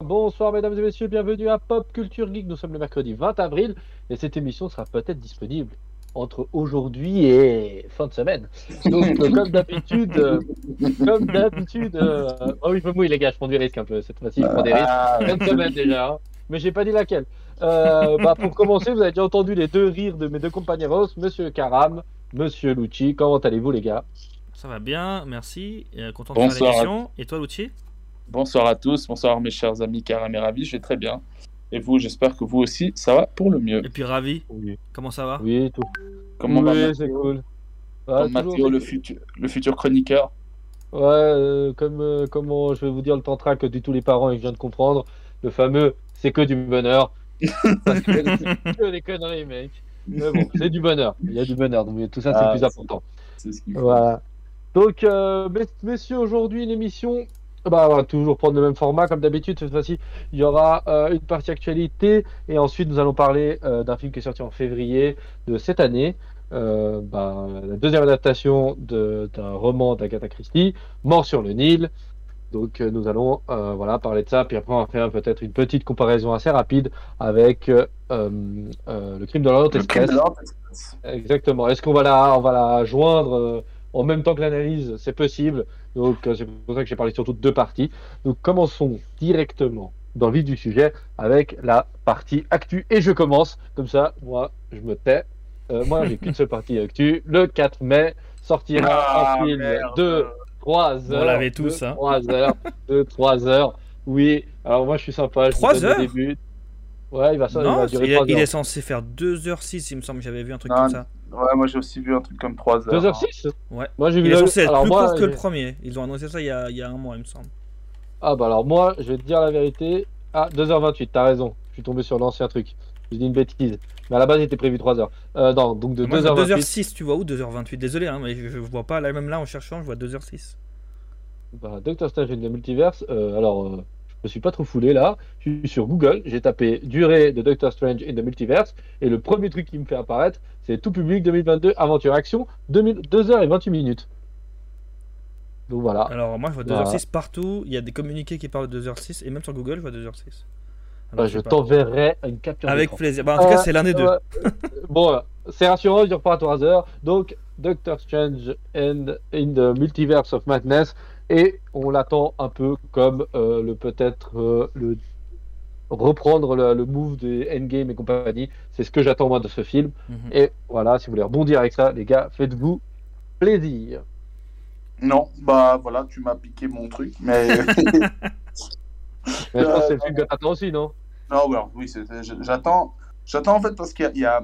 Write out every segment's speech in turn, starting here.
Bonsoir mesdames et messieurs, bienvenue à Pop Culture Geek. Nous sommes le mercredi 20 avril et cette émission sera peut-être disponible entre aujourd'hui et fin de semaine. Donc oh oui, il faut mouiller les gars, je prends du risque un peu cette fois-ci, je prends des risques. Fin de semaine déjà, hein. Mais j'ai pas dit laquelle. Pour commencer, vous avez déjà entendu les deux rires de mes deux compagnons, Monsieur Karam, Monsieur Lucci. Comment allez-vous les gars? Ça va bien, merci. Content de faire Bonsoir l'émission. Et toi, Lucci? Bonsoir à tous, bonsoir mes chers amis Karam et Ravi, je vais très bien. Et vous, j'espère que vous aussi, ça va pour le mieux. Et puis Ravi, Oui, comment ça va? oui, tout. Comment va Oui, Mathéo, c'est cool. comme Toujours, Mathéo, le futur chroniqueur? Ouais, comment je vais vous dire le tantra que dit tous les parents et que je viens de comprendre, le fameux c'est que du bonheur. Parce que c'est que des conneries, mec. Mais bon, c'est du bonheur. Il y a du bonheur, donc tout ça c'est le plus important. C'est ce qu'il faut. Voilà. Donc, messieurs, aujourd'hui, l'émission, on va toujours prendre le même format comme d'habitude. Cette fois-ci, il y aura une partie actualité et ensuite nous allons parler d'un film qui est sorti en février de cette année. La deuxième adaptation d'un roman d'Agatha Christie, Mort sur le Nil. Donc, nous allons parler de ça. Puis après, on va faire peut-être une petite comparaison assez rapide avec le crime de l'Orient Le crime Express. de l'Orient Express. Exactement. Est-ce qu'on va la joindre en même temps que l'analyse? C'est possible. Donc, c'est pour ça que j'ai parlé surtout de deux parties. Donc, commençons directement dans le vif du sujet avec la partie actu. Et je commence. Comme ça, moi, je me tais. Moi, j'ai qu'une seule partie actu. Le 4 mai sortira un film de 3 heures. On l'avait tous, hein. 3 heures. De 3 heures. Oui. Alors, moi, je suis sympa. Je vous 3 donne le heures début. Ouais, il va Non, durer il 3 est heures. censé faire 2h06, il me semble, j'avais vu un truc Non, comme ça. Ouais, moi j'ai aussi vu un truc comme 3 heures. 2h06? Ouais. Moi, j'ai vu Il est le- censé être alors, plus moi, court que le j'ai- premier. Ils ont annoncé ça il y a un mois, il me semble. Ah bah alors moi, je vais te dire la vérité. Ah, 2h28, t'as raison. Je suis tombé sur l'ancien truc. J'ai dit une bêtise. Mais à la base, il était prévu 3 heures. Non, donc de Moi, je vois 2h28. 2h06, tu vois où 2h28? Désolé, hein, mais je vois pas, là, même là, en cherchant, je vois 2h06. Doctor Strange in the Multiverse. Je me suis pas trop foulé là. Je suis sur Google. J'ai tapé durée de Doctor Strange in the Multiverse. Et le premier truc qui me fait apparaître, c'est tout public 2022, aventure action, 2h28 minutes. Donc voilà. Alors, moi, je vois Voilà. 2h06 partout. Il y a des communiqués qui parlent de 2h06, et même sur Google, je vois 2h06. Bah, je t'enverrai une capture Avec d'écran. plaisir. Bah, en tout cas, c'est l'un des deux. Bon, c'est rassurant, il dure pas 3 heures. Donc, Doctor Strange in the Multiverse of Madness. Et on l'attend un peu comme le reprendre le move des Endgame et compagnie. C'est ce que j'attends moi de ce film. Mhm. Et voilà, si vous voulez rebondir avec ça, les gars, faites-vous plaisir. Non, bah voilà, tu m'as piqué mon truc, mais. Mais je pense que c'est le film que t'attends aussi, non? Non, ouais, oui, j'attends en fait parce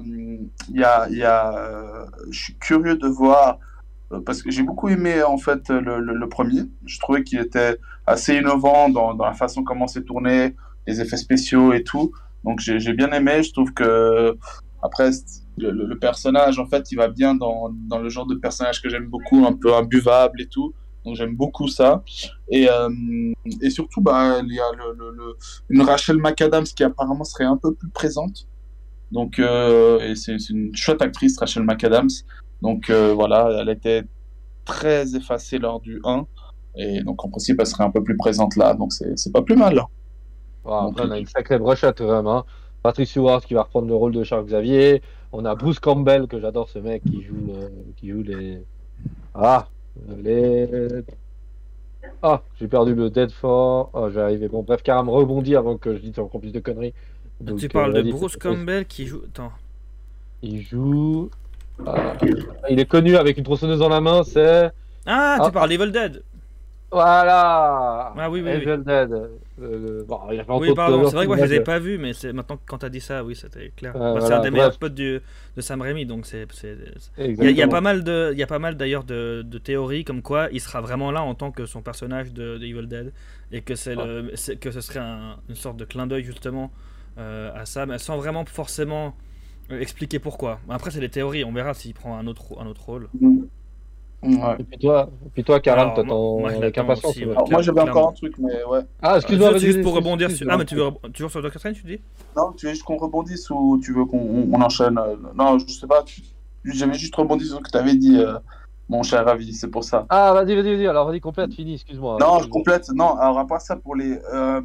je suis curieux de voir parce que j'ai beaucoup aimé en fait le premier. Je trouvais qu'il était assez innovant dans la façon comment c'est tourné, les effets spéciaux et tout. Donc j'ai bien aimé. Je trouve que après le personnage en fait il va bien dans le genre de personnage que j'aime beaucoup, un peu imbuvable et tout. Donc j'aime beaucoup ça. Et surtout, bah, il y a une Rachel McAdams qui apparemment serait un peu plus présente. Donc, et c'est une chouette actrice, Rachel McAdams. Donc voilà, elle était très effacée lors du 1. Et donc en principe, elle serait un peu plus présente là. Donc c'est pas plus mal. Bon, après, on a une sacrée brochette quand même, hein. Patrick Stewart qui va reprendre le rôle de Charles Xavier. On a Bruce Campbell, que j'adore ce mec, qui joue les. Ah, les. Ah, j'ai perdu le Dead for. Oh, j'ai arrivé. Bon, bref, Karam rebondit avant que je dise encore plus de conneries. Donc, Tu parles de vas-y, Bruce Campbell qui joue. Attends. Il joue. Il est connu avec une tronçonneuse dans la main, c'est. Ah, Ah. tu parles d'Evil Dead. Voilà. Ah oui, oui, oui. Evil Dead. Bon, il a fait Oui, entre pardon, autres c'est vrai que moi je les ai films, pas vus, mais maintenant quand t'as dit ça, oui, c'était clair. Ouais, Bah, c'est voilà, un des meilleurs bref. potes de Sam Raimi, donc il y a exactement. pas mal d'ailleurs de théories comme quoi il sera vraiment là en tant que son personnage de Evil Dead et que que ce serait une sorte de clin d'œil justement à ça, mais sans vraiment forcément expliquer pourquoi. Après c'est des théories, on verra s'il prend un autre rôle. Ouais. Et puis toi, Karam, Alors, t'attends moi, je avec l'attends impatience. aussi, ouais. ouais. Alors, moi j'avais clairement. encore un truc, mais ouais. Ah, excuse-moi, vas-y, Juste pour vas-y, rebondir excuse-moi. sur. Ah, mais tu veux toujours sur Doctor Strange, tu dis? Non, tu veux juste qu'on rebondisse ou tu veux qu'on enchaîne Non, je sais pas. J'avais juste rebondi sur ce que tu avais dit, mon cher Ravi, c'est pour ça. Ah, vas-y. Alors, vas-y, complète, fini, excuse-moi. Non, je complète. Non, alors à part ça,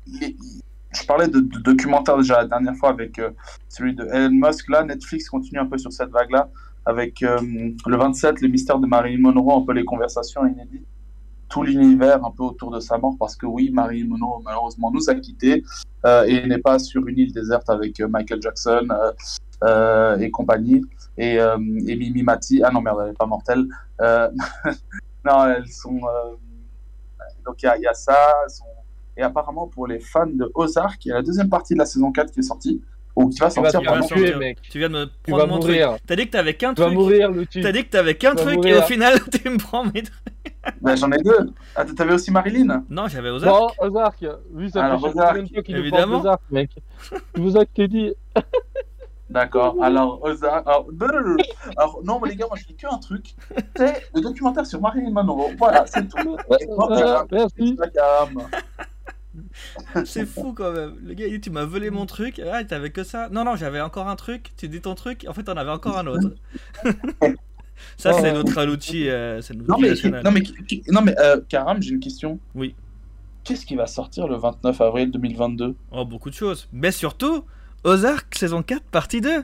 je parlais de documentaire déjà la dernière fois avec celui de Elon Musk. Là, Netflix continue un peu sur cette vague-là avec le 27, les mystères de Marilyn Monroe, un peu les conversations inédites, tout l'univers un peu autour de sa mort, parce que oui, Marilyn Monroe malheureusement nous a quittés et n'est pas sur une île déserte avec Michael Jackson et compagnie et Mimi Mati. Ah non merde, elle n'est pas mortelle. Non, elles sont donc il y a ça. Et apparemment pour les fans de Ozark, il y a la deuxième partie de la saison 4 qui est sortie ou qui va sortir. Tu vas pardon. sortir. mec. Tu viens de me Tu prendre vas mon mourir. truc. T'as dit que t'avais qu'un Tu vas truc. mourir, Lutti. T'as dit que t'avais qu'un Tu vas truc et mourir. au final tu me prends mes trucs. Ben, j'en ai deux. Ah, t'avais aussi Marilyn? Non, j'avais Non, Ozark. Ozark. Oui, ça Alors, fait Ozark, combien de fois qu'il nous évidemment. parle d'Ozark, mec. C'est pour ça que je t'ai dit. D'accord. Alors, Ozark. Alors, non, mais les gars, moi je dis qu'un truc. C'est le documentaire sur Marilyn Monroe. Voilà, c'est tout. Voilà, merci. C'est fou quand même. Le gars il dit tu m'as volé mon truc. Ah t'avais que ça. Non non j'avais encore un truc. Tu dis ton truc. En fait t'en avais encore un autre. Ça c'est notre outil. C'est notre Non, outil mais, national. non, mais Karam, j'ai une question. Oui. Qu'est-ce qui va sortir le 29 avril 2022? Oh beaucoup de choses. Mais surtout Ozark saison 4 partie 2.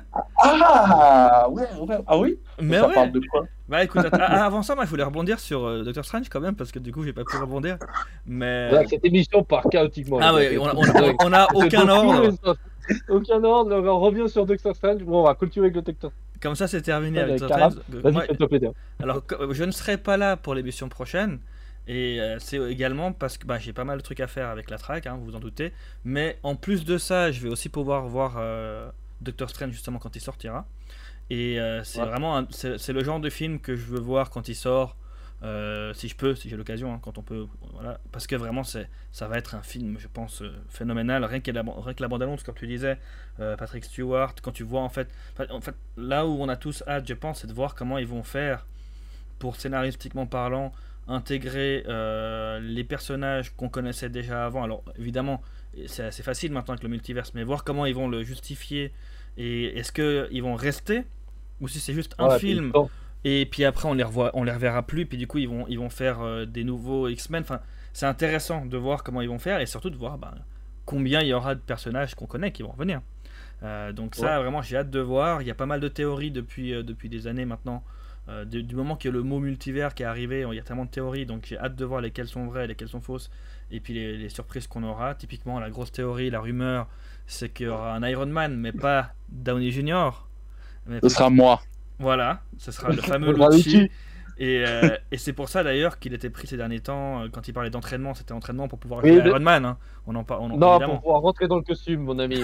Ah ouais. Ah oui? Mais ça ouais. parle de quoi? Bah écoute avant ça moi je voulais rebondir sur Doctor Strange quand même parce que du coup j'ai pas pu rebondir. Mais Voilà, cette émission part chaotiquement. ah les ouais gars. on a aucun ordre. Aucun ordre, on revient sur Doctor Strange. Bon, on va continuer avec le Doctor Comme ça c'est terminé Ouais, avec avec Doctor Karam. Strange. Vas-y, Moi, fais-toi plaisir. Alors, je ne serai pas là pour l'émission prochaine, et c'est également parce que j'ai pas mal de trucs à faire avec la track, hein, vous vous en doutez. Mais en plus de ça, je vais aussi pouvoir voir Doctor Strange justement quand il sortira. Et c'est vraiment c'est le genre de film que je veux voir quand il sort, si je peux, si j'ai l'occasion, hein, quand on peut. Voilà, parce que vraiment, ça va être un film, je pense, phénoménal. Rien que la bande-annonce, comme tu disais, Patrick Stewart, quand tu vois en fait, là où on a tous hâte, je pense, c'est de voir comment ils vont faire pour scénaristiquement parlant intégrer les personnages qu'on connaissait déjà avant. Alors évidemment c'est assez facile maintenant avec le multiverse, mais voir comment ils vont le justifier et est-ce qu'ils vont rester ou si c'est juste un film et puis après on les reverra plus, puis du coup ils vont faire des nouveaux X-Men. Enfin, c'est intéressant de voir comment ils vont faire et surtout de voir combien il y aura de personnages qu'on connaît qui vont revenir. Donc ça vraiment j'ai hâte de voir. Il y a pas mal de théories depuis des années maintenant. Du moment qu'il y a le mot multivers qui est arrivé, il y a tellement de théories, donc j'ai hâte de voir lesquelles sont vraies, lesquelles sont fausses, et puis les surprises qu'on aura. Typiquement, la grosse théorie, la rumeur, c'est qu'il y aura un Iron Man, mais pas Downey Jr. Ce sera moi. Voilà, ce sera le fameux Lucci. Et c'est pour ça d'ailleurs qu'il était pris ces derniers temps, quand il parlait d'entraînement, c'était entraînement pour pouvoir jouer Iron Man. Hein. On en parle. Non, évidemment. Pour pouvoir rentrer dans le costume, mon ami.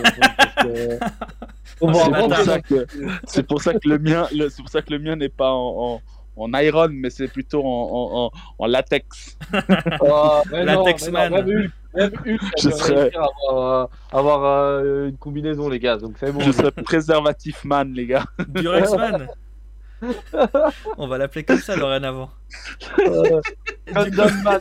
C'est pour ça que le mien n'est pas en iron, mais c'est plutôt en latex. Latex Man. Même Hulk, je serais avoir une combinaison, les gars. Donc c'est bon. Je serais préservatif man, les gars. Durex Man. On va l'appeler comme ça dorénavant. Condom Man.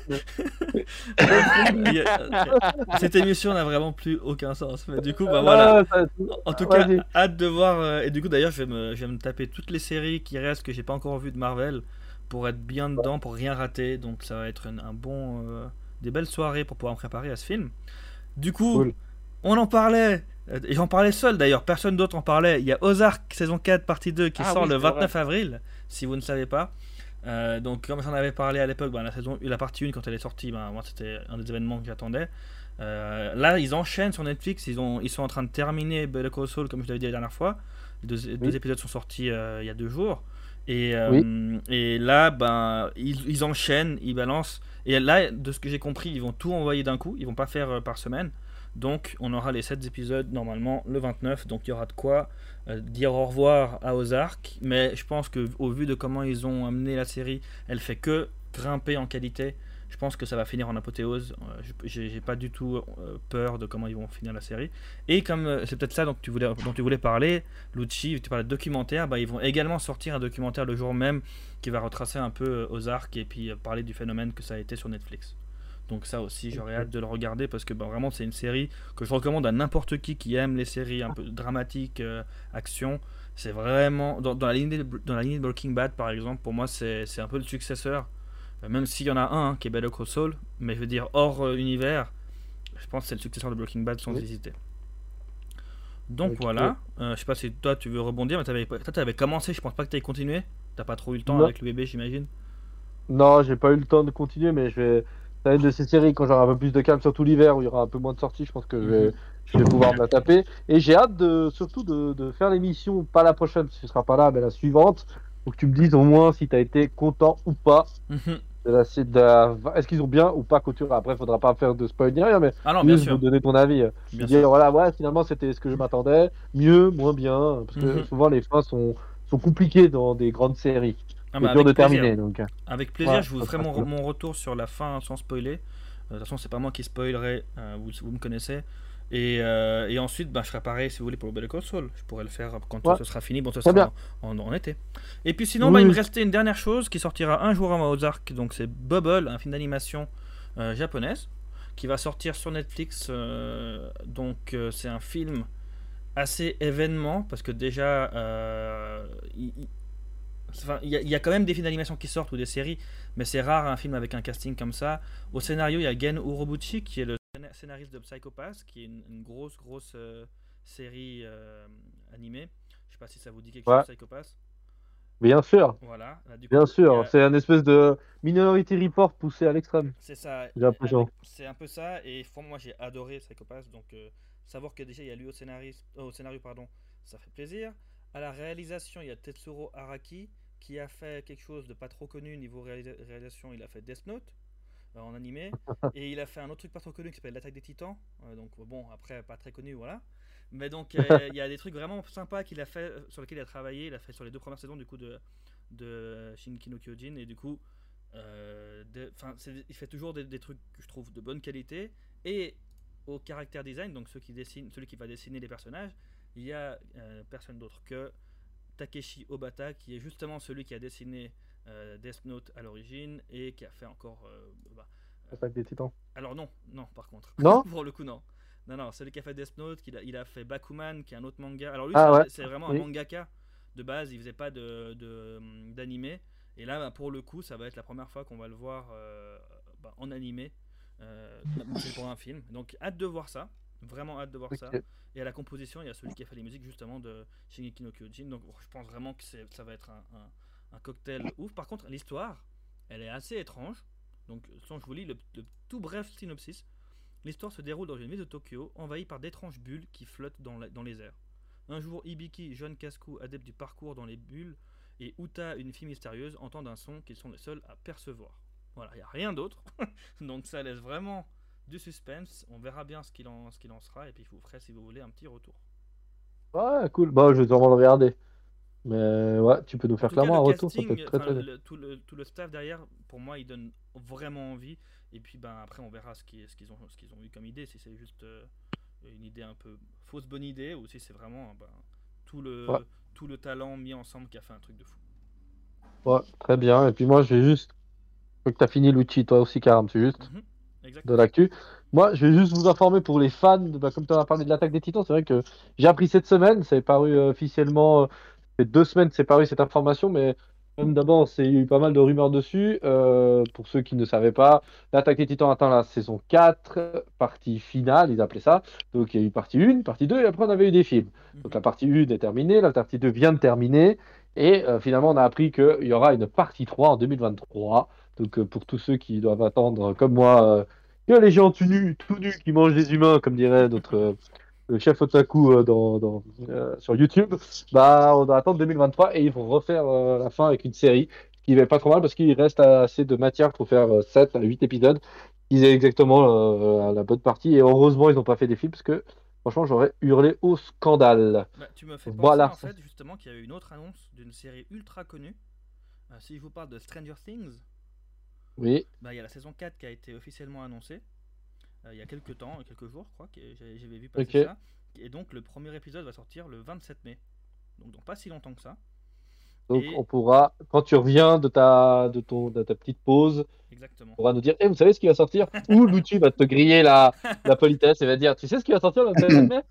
Cette émission n'a vraiment plus aucun sens. Mais du coup, voilà. En tout cas, hâte de voir. Et du coup, d'ailleurs, je vais me taper toutes les séries qui restent que j'ai pas encore vues de Marvel pour être bien dedans, pour rien rater. Donc, ça va être des belles soirées pour pouvoir me préparer à ce film. Du coup, on en parlait. Et j'en parlais seul d'ailleurs, personne d'autre en parlait. Il y a Ozark saison 4 partie 2 qui sort le 29 avril, si vous ne savez pas. Donc comme j'en avais parlé à l'époque, la partie 1 quand elle est sortie, moi c'était un des événements que j'attendais. Là ils enchaînent sur Netflix, ils sont en train de terminer Better Call Saul comme je l'avais dit la dernière fois. Les deux épisodes sont sortis il y a 2 jours. Et là ils enchaînent, ils balancent. Et là de ce que j'ai compris, ils vont tout envoyer d'un coup, ils vont pas faire par semaine. Donc on aura les 7 épisodes normalement le 29, donc il y aura de quoi dire au revoir à Ozark, mais je pense qu'au vu de comment ils ont amené la série, elle fait que grimper en qualité. Je pense que ça va finir en apothéose. J'ai pas du tout peur de comment ils vont finir la série. Et comme c'est peut-être ça dont tu voulais parler, Lucci, tu parlais de documentaire, ils vont également sortir un documentaire le jour même qui va retracer un peu Ozark et puis parler du phénomène que ça a été sur Netflix. Donc ça aussi j'aurais hâte de le regarder parce que vraiment c'est une série que je recommande à n'importe qui aime les séries un peu dramatiques, action. C'est vraiment dans la lignée de Breaking Bad par exemple, pour moi c'est un peu le successeur, même s'il y en a un qui est Better Call Saul, mais je veux dire hors univers. Je pense que c'est le successeur de Breaking Bad sans Oui. hésiter. Donc Ok. voilà, je sais pas si toi tu veux rebondir, mais toi t'avais commencé, je pense pas que t'aies continué. T'as pas trop eu le temps Non, avec le bébé, j'imagine. non, j'ai pas eu le temps de continuer, mais je vais. Ça va être de ces séries quand j'aurai un peu plus de calme, surtout l'hiver où il y aura un peu moins de sorties. Je pense que Mhm. je vais pouvoir me la taper. Et j'ai hâte surtout de faire l'émission, pas la prochaine, parce que tu seras pas là, mais la suivante, pour que tu me dises au moins si tu as été content ou pas Mhm. Est-ce qu'ils ont bien ou pas clôturé? Après, il faudra pas faire de spoil ni rien, mais Ah non, bien juste vous sûr, donner ton avis. Me bien sûr. dire, voilà, ouais, finalement, c'était ce que je m'attendais. Mieux, moins bien. Parce que Mhm. souvent, les fins sont compliquées dans des grandes séries. Ah C'est bah dur de avec plaisir. terminer. Donc, Avec plaisir, ouais, je vous ça ferai sera cool. mon retour sur la fin sans spoiler. De toute façon, c'est pas moi qui spoilerai, vous me connaissez. Et ensuite, bah, je ferai pareil si vous voulez pour le Better Call Saul. Je pourrais le faire quand Ouais, ce sera fini. Bon, ce très sera bien. en été. Et puis sinon, bah, Oui, il me oui. restait une dernière chose qui sortira un jour à Ozark. Donc c'est Bubble, un film d'animation japonaise qui va sortir sur Netflix. C'est un film assez événement parce que déjà, il y a quand même des films d'animation qui sortent ou des séries, mais c'est rare un film avec un casting comme ça. Au scénario, il y a Gen Urobuchi qui est le scénariste de Psycho Pass, qui est une grosse série animée. Je sais pas si ça vous dit quelque chose, Ouais, Psycho Pass. bien sûr. Voilà. Là, du Bien coup, il y sûr. a C'est un espèce de Minority Report poussé à l'extrême. c'est ça, J'ai l'impression. c'est un peu ça. Et moi, j'ai adoré Psycho Pass, donc savoir que déjà il y a lui au scénario, pardon, ça fait plaisir. À la réalisation, il y a Tetsuro Araki qui a fait quelque chose de pas trop connu niveau réalisation. Il a fait Death Note en animé et il a fait un autre truc pas trop connu qui s'appelle L'Attaque des Titans. Donc bon, après pas très connu, voilà. Mais donc il y a des trucs vraiment sympas qu'il a fait sur lesquels il a travaillé. Il a fait sur les 2 premières saisons du coup de Shingeki no Kyojin et du coup il fait toujours des trucs que je trouve de bonne qualité. Et au caractère design, donc celui qui va dessiner les personnages, il y a personne d'autre que Takeshi Obata, qui est justement celui qui a dessiné Death Note à l'origine et qui a fait encore. Attaque des Titans. Alors non, par contre, Non? pour le coup non. Non, celui qui a fait Death Note, il a fait Bakuman, qui est un autre manga. Alors lui, Ah ouais. c'est vraiment un Oui. mangaka de base, il faisait pas d'animé. Et là, bah, pour le coup, ça va être la première fois qu'on va le voir en animé. C'est pour un film. Donc hâte de voir ça. Vraiment hâte de voir ça. Ok. Et à la composition, il y a celui qui a fait les musiques justement de Shingeki no Kyojin. Donc je pense vraiment que ça va être un cocktail ouf. Par contre, l'histoire, elle est assez étrange. Donc, je vous lis le tout bref synopsis. L'histoire se déroule dans une ville de Tokyo, envahie par d'étranges bulles qui flottent dans les airs. Un jour, Hibiki, jeune casse-cou, adepte du parcours dans les bulles, et Uta, une fille mystérieuse, entendent un son qu'ils sont les seuls à percevoir. Voilà, il n'y a rien d'autre. Donc ça laisse vraiment du suspense. On verra bien ce qu'il en sera, et puis je vous ferai, si vous voulez, un petit retour. Ouais, cool. Bah, je vais sûrement le regarder. Mais ouais, tu peux nous En faire tout cas, clairement le un retour, ça peut casting, être très enfin très bien. tout le staff derrière, pour moi, il donne vraiment envie. Et puis, ben après, on verra ce qu'ils ont eu comme idée. Si c'est juste une idée un peu fausse bonne idée, ou si c'est vraiment tout Ouais, le tout le talent mis ensemble qui a fait un truc de fou. ouais, très bien. Et puis moi, je vais juste. Faut que tu as fini l'outil, toi aussi, Karam. C'est juste Mhm, de exactement. l'actu. Moi, je vais juste vous informer pour les fans, comme tu en as parlé de l'attaque des Titans, c'est vrai que j'ai appris cette semaine, c'est paru officiellement, c'est 2 semaines, c'est paru cette information, mais même d'abord, il y a eu pas mal de rumeurs dessus. Pour ceux qui ne savaient pas, l'attaque des Titans atteint la saison 4, partie finale, ils appelaient ça. Donc il y a eu partie 1, partie 2, et après on avait eu des films. Donc Mhm. la partie 1 est terminée, la partie 2 vient de terminer, et finalement on a appris qu'il y aura une partie 3 en 2023. Donc pour tous ceux qui doivent attendre, comme moi, que les gens tout nus qui mangent des humains, comme dirait notre le chef Otaku sur YouTube, bah, on doit attendre 2023 et ils vont refaire la fin avec une série qui va pas trop mal parce qu'il reste assez de matière pour faire 7 à 8 épisodes. Ils aient exactement la bonne partie et heureusement ils n'ont pas fait des films parce que franchement j'aurais hurlé au scandale. Bah, tu me fais penser Voilà. en fait justement qu'il y a eu une autre annonce d'une série ultra connue. Si je vous parle de Stranger Things, Oui, bah, il y a la saison 4 qui a été officiellement annoncée. Il y a quelques temps, quelques jours, je crois, que j'avais vu passer ok. ça. Et donc le premier épisode va sortir le 27 mai. Donc dans pas si longtemps que ça. Donc on Et pourra, quand tu reviens de ta petite pause, exactement. pourra nous dire, vous savez ce qui va sortir? Ou l'outil va te griller la politesse et va dire, tu sais ce qui va sortir le 27 mai?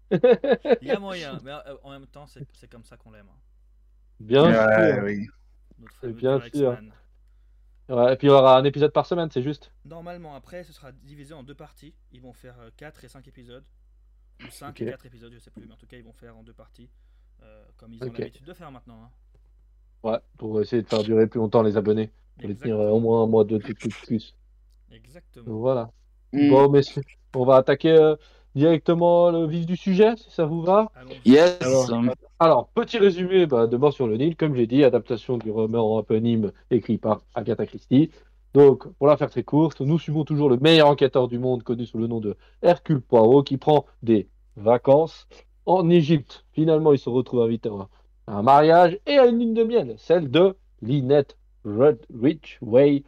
Il y a moyen, mais en même temps, c'est comme ça qu'on l'aime, hein. Bien Ouais, sûr, oui. Notre et fameux bien sûr. Durex-Man. Ouais, et puis il y aura un épisode par semaine, c'est juste. Normalement, après, ce sera divisé en deux parties. Ils vont faire 4 et 5 épisodes. Ou 5 Ok, et 4 épisodes, je sais plus. Mais en tout cas, ils vont faire en deux parties. Comme ils ont ok. l'habitude de faire maintenant, hein. Ouais, pour essayer de faire durer plus longtemps les abonnés. Pour les tenir au Exactement. moins un mois de plus. Exactement. Donc, voilà. Hmm. Bon, messieurs, on va attaquer directement le vif du sujet, si ça vous va. Allons-y. Yes. Alors, petit résumé de Mort sur le Nil, comme j'ai dit, adaptation du roman éponyme écrit par Agatha Christie. Donc, pour la faire très courte, nous suivons toujours le meilleur enquêteur du monde, connu sous le nom de Hercule Poirot, qui prend des vacances en Égypte. Finalement, il se retrouve invité à un mariage et à une lune de miel, celle de Lynette Ridgway,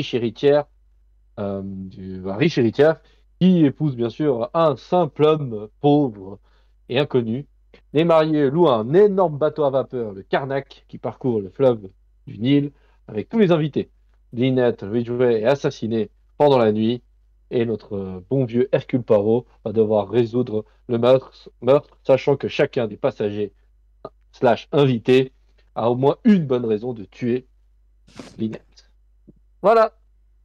riche héritière, qui épouse bien sûr un simple homme pauvre et inconnu. Les mariés louent un énorme bateau à vapeur, le Karnak, qui parcourt le fleuve du Nil avec tous les invités. Lynette Ridgway est assassinée pendant la nuit et notre bon vieux Hercule Poirot va devoir résoudre le meurtre, sachant que chacun des passagers slash invités a au moins une bonne raison de tuer Lynette. Voilà.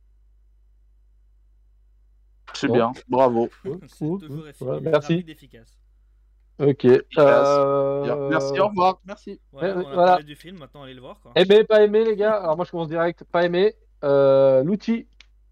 C'est Bon. bien, bravo. C'est toujours Voilà, merci. rapide et efficace. Ok. Yes. Bien. Merci, au revoir. Merci. Voilà, on a Voilà. parlé du film, maintenant allez le voir, quoi. Aimé, pas aimé, les gars. Alors moi, je commence direct. Pas aimé. L'outil.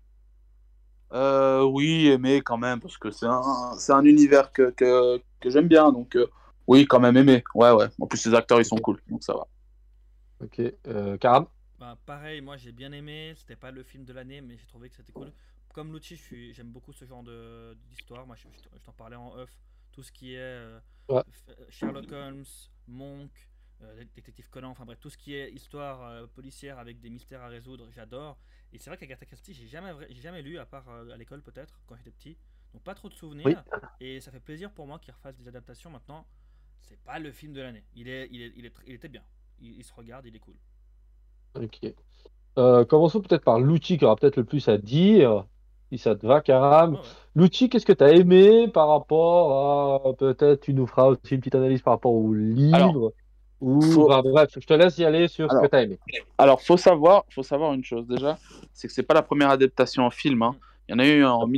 Oui, aimer quand même, parce que c'est un univers que j'aime bien, donc oui, quand même aimer. Ouais, ouais. En plus, les acteurs, ils sont Ok. cool, donc ça va. Ok. Karam. Bah, pareil, moi j'ai bien aimé. C'était pas le film de l'année, mais j'ai trouvé que c'était cool. Comme Lucci, j'aime beaucoup ce genre d'histoire. Moi, je t'en parlais en off. Tout ce qui est Ouais. Sherlock Holmes, Monk, Détective Conan, enfin bref, tout ce qui est histoire policière avec des mystères à résoudre, j'adore. Et c'est vrai qu'Agatha Christie, j'ai jamais lu, à part à l'école peut-être, quand j'étais petit. Donc pas trop de Oui. souvenirs. Et ça fait plaisir pour moi qu'ils refassent des adaptations maintenant. C'est pas le film de l'année. Il était bien. Il se regarde, il est cool. Ok. Commençons peut-être par l'outil qui aura peut-être le plus à dire. Si ça te va, Karam. Ouais, ouais. L'outil, qu'est-ce que tu as aimé par rapport à. Peut-être tu nous feras aussi une petite analyse par rapport au Alors, livre. Ou. faut, Enfin, bref, je te laisse y aller sur ce que alors, tu as aimé. alors, faut savoir une chose déjà, c'est que c'est pas la première adaptation en film, hein. Mm. Il y en a eu en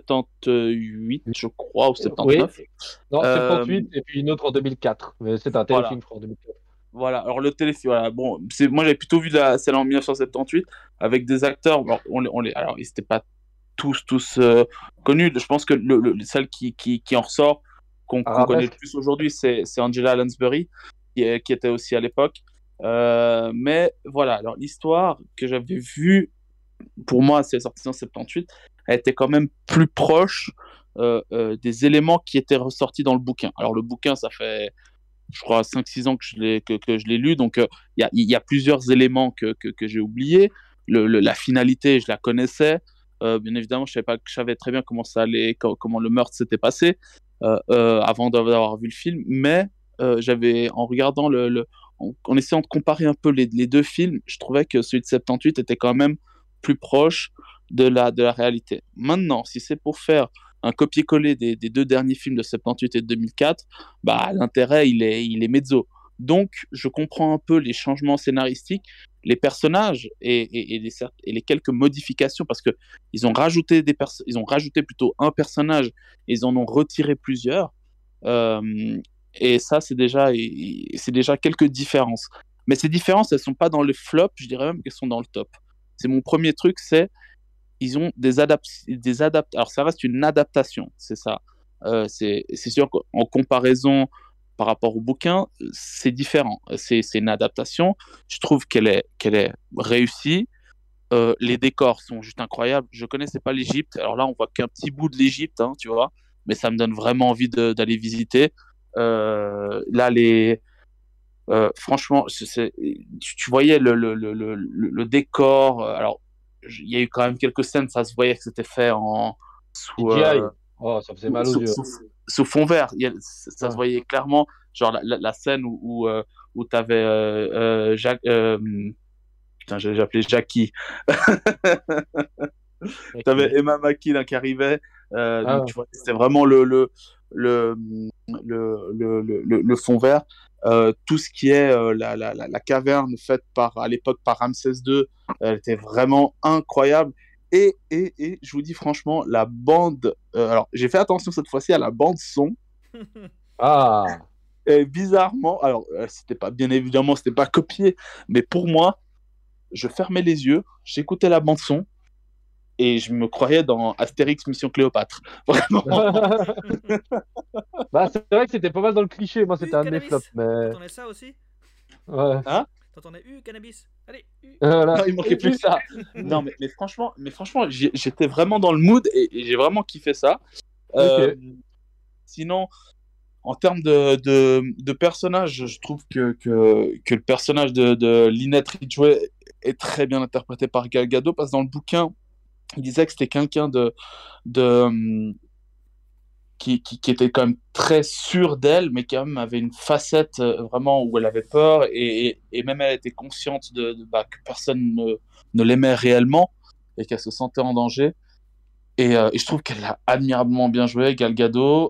1978, je crois, ou Oui. 79. Non, Euh, 78 et puis une autre en 2004. Mais c'est un voilà. téléfilm, je crois, en 2004. Voilà, alors le téléfilm, voilà, bon, moi j'avais plutôt vu celle en 1978 avec des acteurs, bon, alors ils n'étaient pas tous connus. Je pense que celle qui en ressort, qu'on connaît le Arabesque. plus aujourd'hui, c'est Angela Lansbury, qui était aussi à l'époque. Mais voilà, alors l'histoire que j'avais vue, pour moi, c'est sorti en 78, elle était quand même plus proche des éléments qui étaient ressortis dans le bouquin. Alors le bouquin, ça fait je crois, 5-6 ans que je l'ai lu. Donc, il y a plusieurs éléments que j'ai oubliés. La finalité, je la connaissais. Bien évidemment, je savais très bien comment ça allait, comment le meurtre s'était passé avant d'avoir vu le film. Mais en regardant en essayant de comparer un peu les deux films, je trouvais que celui de 78 était quand même plus proche de la réalité. Maintenant, si c'est pour faire un copier-coller des deux derniers films de 78 et de 2004, bah, l'intérêt, il est mezzo. Donc, je comprends un peu les changements scénaristiques, les personnages et les quelques modifications parce que ils ont rajouté plutôt un personnage et ils en ont retiré plusieurs. Euh, et ça, c'est déjà quelques différences. Mais ces différences, elles sont pas dans le flop, je dirais même qu'elles sont dans le top. C'est mon premier truc, c'est ils ont alors ça reste une adaptation, c'est ça. C'est sûr qu'en comparaison par rapport au bouquin, c'est différent. C'est une adaptation. Je trouve qu'elle est réussie. Les décors sont juste incroyables. Je connaissais pas l'Égypte. Alors là, on voit qu'un petit bout de l'Égypte, hein, tu vois, mais ça me donne vraiment envie d'aller visiter. Là, franchement, tu voyais le décor. Alors, il y a eu quand même quelques scènes, ça se voyait que c'était fait sous, CGI. Oh, ça faisait mal aux sous, yeux. sous, sous fond vert. Ça se Ouais. voyait clairement, genre la scène où tu avais Jacques. Putain, j'ai appelé Jackie. Tu avais Ok. Emma Mackey là, qui arrivait. Donc, Ah, tu vois, c'était vraiment le, le fond vert, tout ce qui est la caverne faite à l'époque par Ramsès II, elle était vraiment incroyable. Et je vous dis franchement, la bande. Alors, j'ai fait attention cette fois-ci à la bande son. Ah, Et bizarrement, alors, c'était pas, bien évidemment, c'était pas copié, mais pour moi, je fermais les yeux, j'écoutais la bande son et je me croyais dans Astérix Mission Cléopâtre. Vraiment. bah c'est vrai que c'était pas mal dans le cliché. Moi, c'était un de mes Cannabis. flops, mais T'entendais ça aussi? ouais. Hein? T'entendais cannabis. Allez, Non, Voilà. il manquait plus que ça. Non, mais franchement, j'étais vraiment dans le mood et j'ai vraiment kiffé ça. Euh, Ok. Sinon, en termes de personnage, je trouve que le personnage de Lynette Ridgway est très bien interprété par Gal Gadot, parce que dans le bouquin, il disait que c'était quelqu'un de qui était quand même très sûre d'elle, mais quand même avait une facette vraiment où elle avait peur, et même elle était consciente que personne ne l'aimait réellement et qu'elle se sentait en danger. Et je trouve qu'elle a admirablement bien joué, Gal Gadot.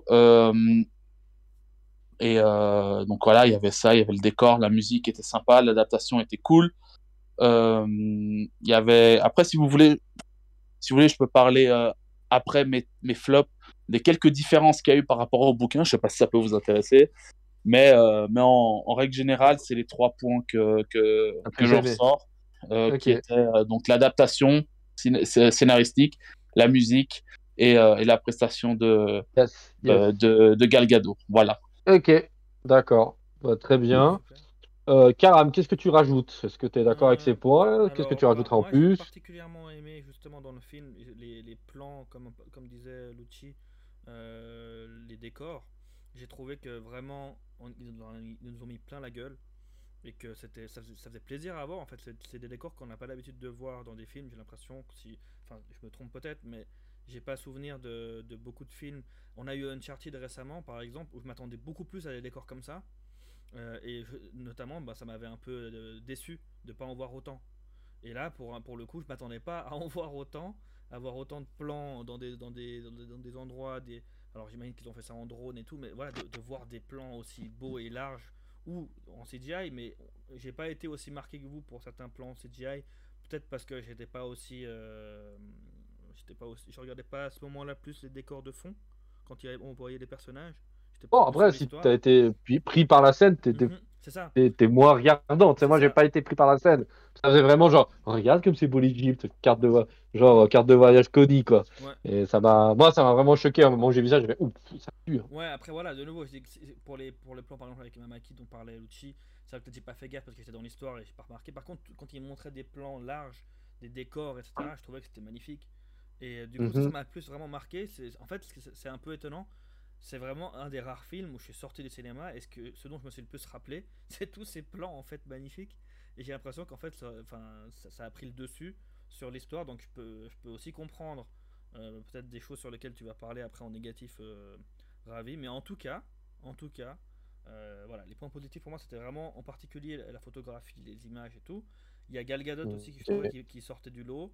Donc voilà, il y avait ça, il y avait le décor, la musique était sympa, l'adaptation était cool. Il y avait... Après, si vous voulez, je peux parler après mes flops, des quelques différences qu'il y a eu par rapport au bouquin. Je sais pas si ça peut vous intéresser, mais en règle générale, c'est les 3 points Un que plus j'en aimé. ressors, qui Ok. étaient donc l'adaptation scénaristique, la musique et la prestation Yes. Yes. de Gal Gadot. Voilà. Ok. D'accord. Bah, très bien. super. Karam, qu'est-ce que tu rajoutes? Est-ce que tu es d'accord avec ces Euh, points? Qu'est-ce que tu alors, bah, rajouteras en moi j'ai plus? particulièrement aimé justement dans le film les plans, comme disait Lucci, les décors. J'ai trouvé que vraiment ils nous ont mis plein la gueule et que ça faisait plaisir à voir. En fait, c'est des décors qu'on n'a pas l'habitude de voir dans des films. J'ai l'impression que si, enfin, je me trompe peut-être, mais j'ai pas souvenir de beaucoup de films. On a eu Uncharted récemment, par exemple, où je m'attendais beaucoup plus à des décors comme ça. Notamment, bah, ça m'avait un peu déçu de pas en voir autant. Et là, pour le coup, je m'attendais pas à en voir autant, à voir autant de plans dans des endroits. Alors j'imagine qu'ils ont fait ça en drone et tout, mais voilà, de voir des plans aussi beaux et larges ou en CGI, mais j'ai pas été aussi marqué que vous pour certains plans CGI. Peut-être parce que je regardais pas à ce moment-là plus les décors de fond quand on voyait les personnages. J'étais Bon, plus sur après, si tu as l'histoire. été pris par la scène, Mhm, c'est ça, t'es moins regardant. Tu sais, c'est moi, j'ai ça. pas été pris par la scène. Ça faisait vraiment genre, regarde comme c'est beau l'Égypte, genre carte de voyage Cody, quoi. Ouais. Et ça m'a vraiment choqué. À un moment où j'ai vu ça, j'ai fait, ouf, ça pue, hein. Ouais, après voilà, de nouveau, je dis que pour les plans par exemple avec Mamaki dont parlait Lucci, ça peut-être j'ai pas fait gaffe parce que j'étais dans l'histoire et j'ai pas remarqué. Par contre, quand il montrait des plans larges, des décors, etc., je trouvais que c'était magnifique. Et du coup, ça Mhm. m'a plus vraiment marqué. En fait, c'est un peu étonnant. C'est vraiment un des rares films où je suis sorti du cinéma et ce dont je me suis le plus rappelé, c'est tous ces plans en fait magnifiques. Et j'ai l'impression qu'en fait, ça a pris le dessus sur l'histoire, donc je peux aussi comprendre peut-être des choses sur lesquelles tu vas parler après en négatif. Ravi, mais en tout cas, voilà, les points positifs pour moi c'était vraiment en particulier la photographie, les images et tout. Il y a Gal Gadot aussi qui je trouvais Ok. qui sortait du lot.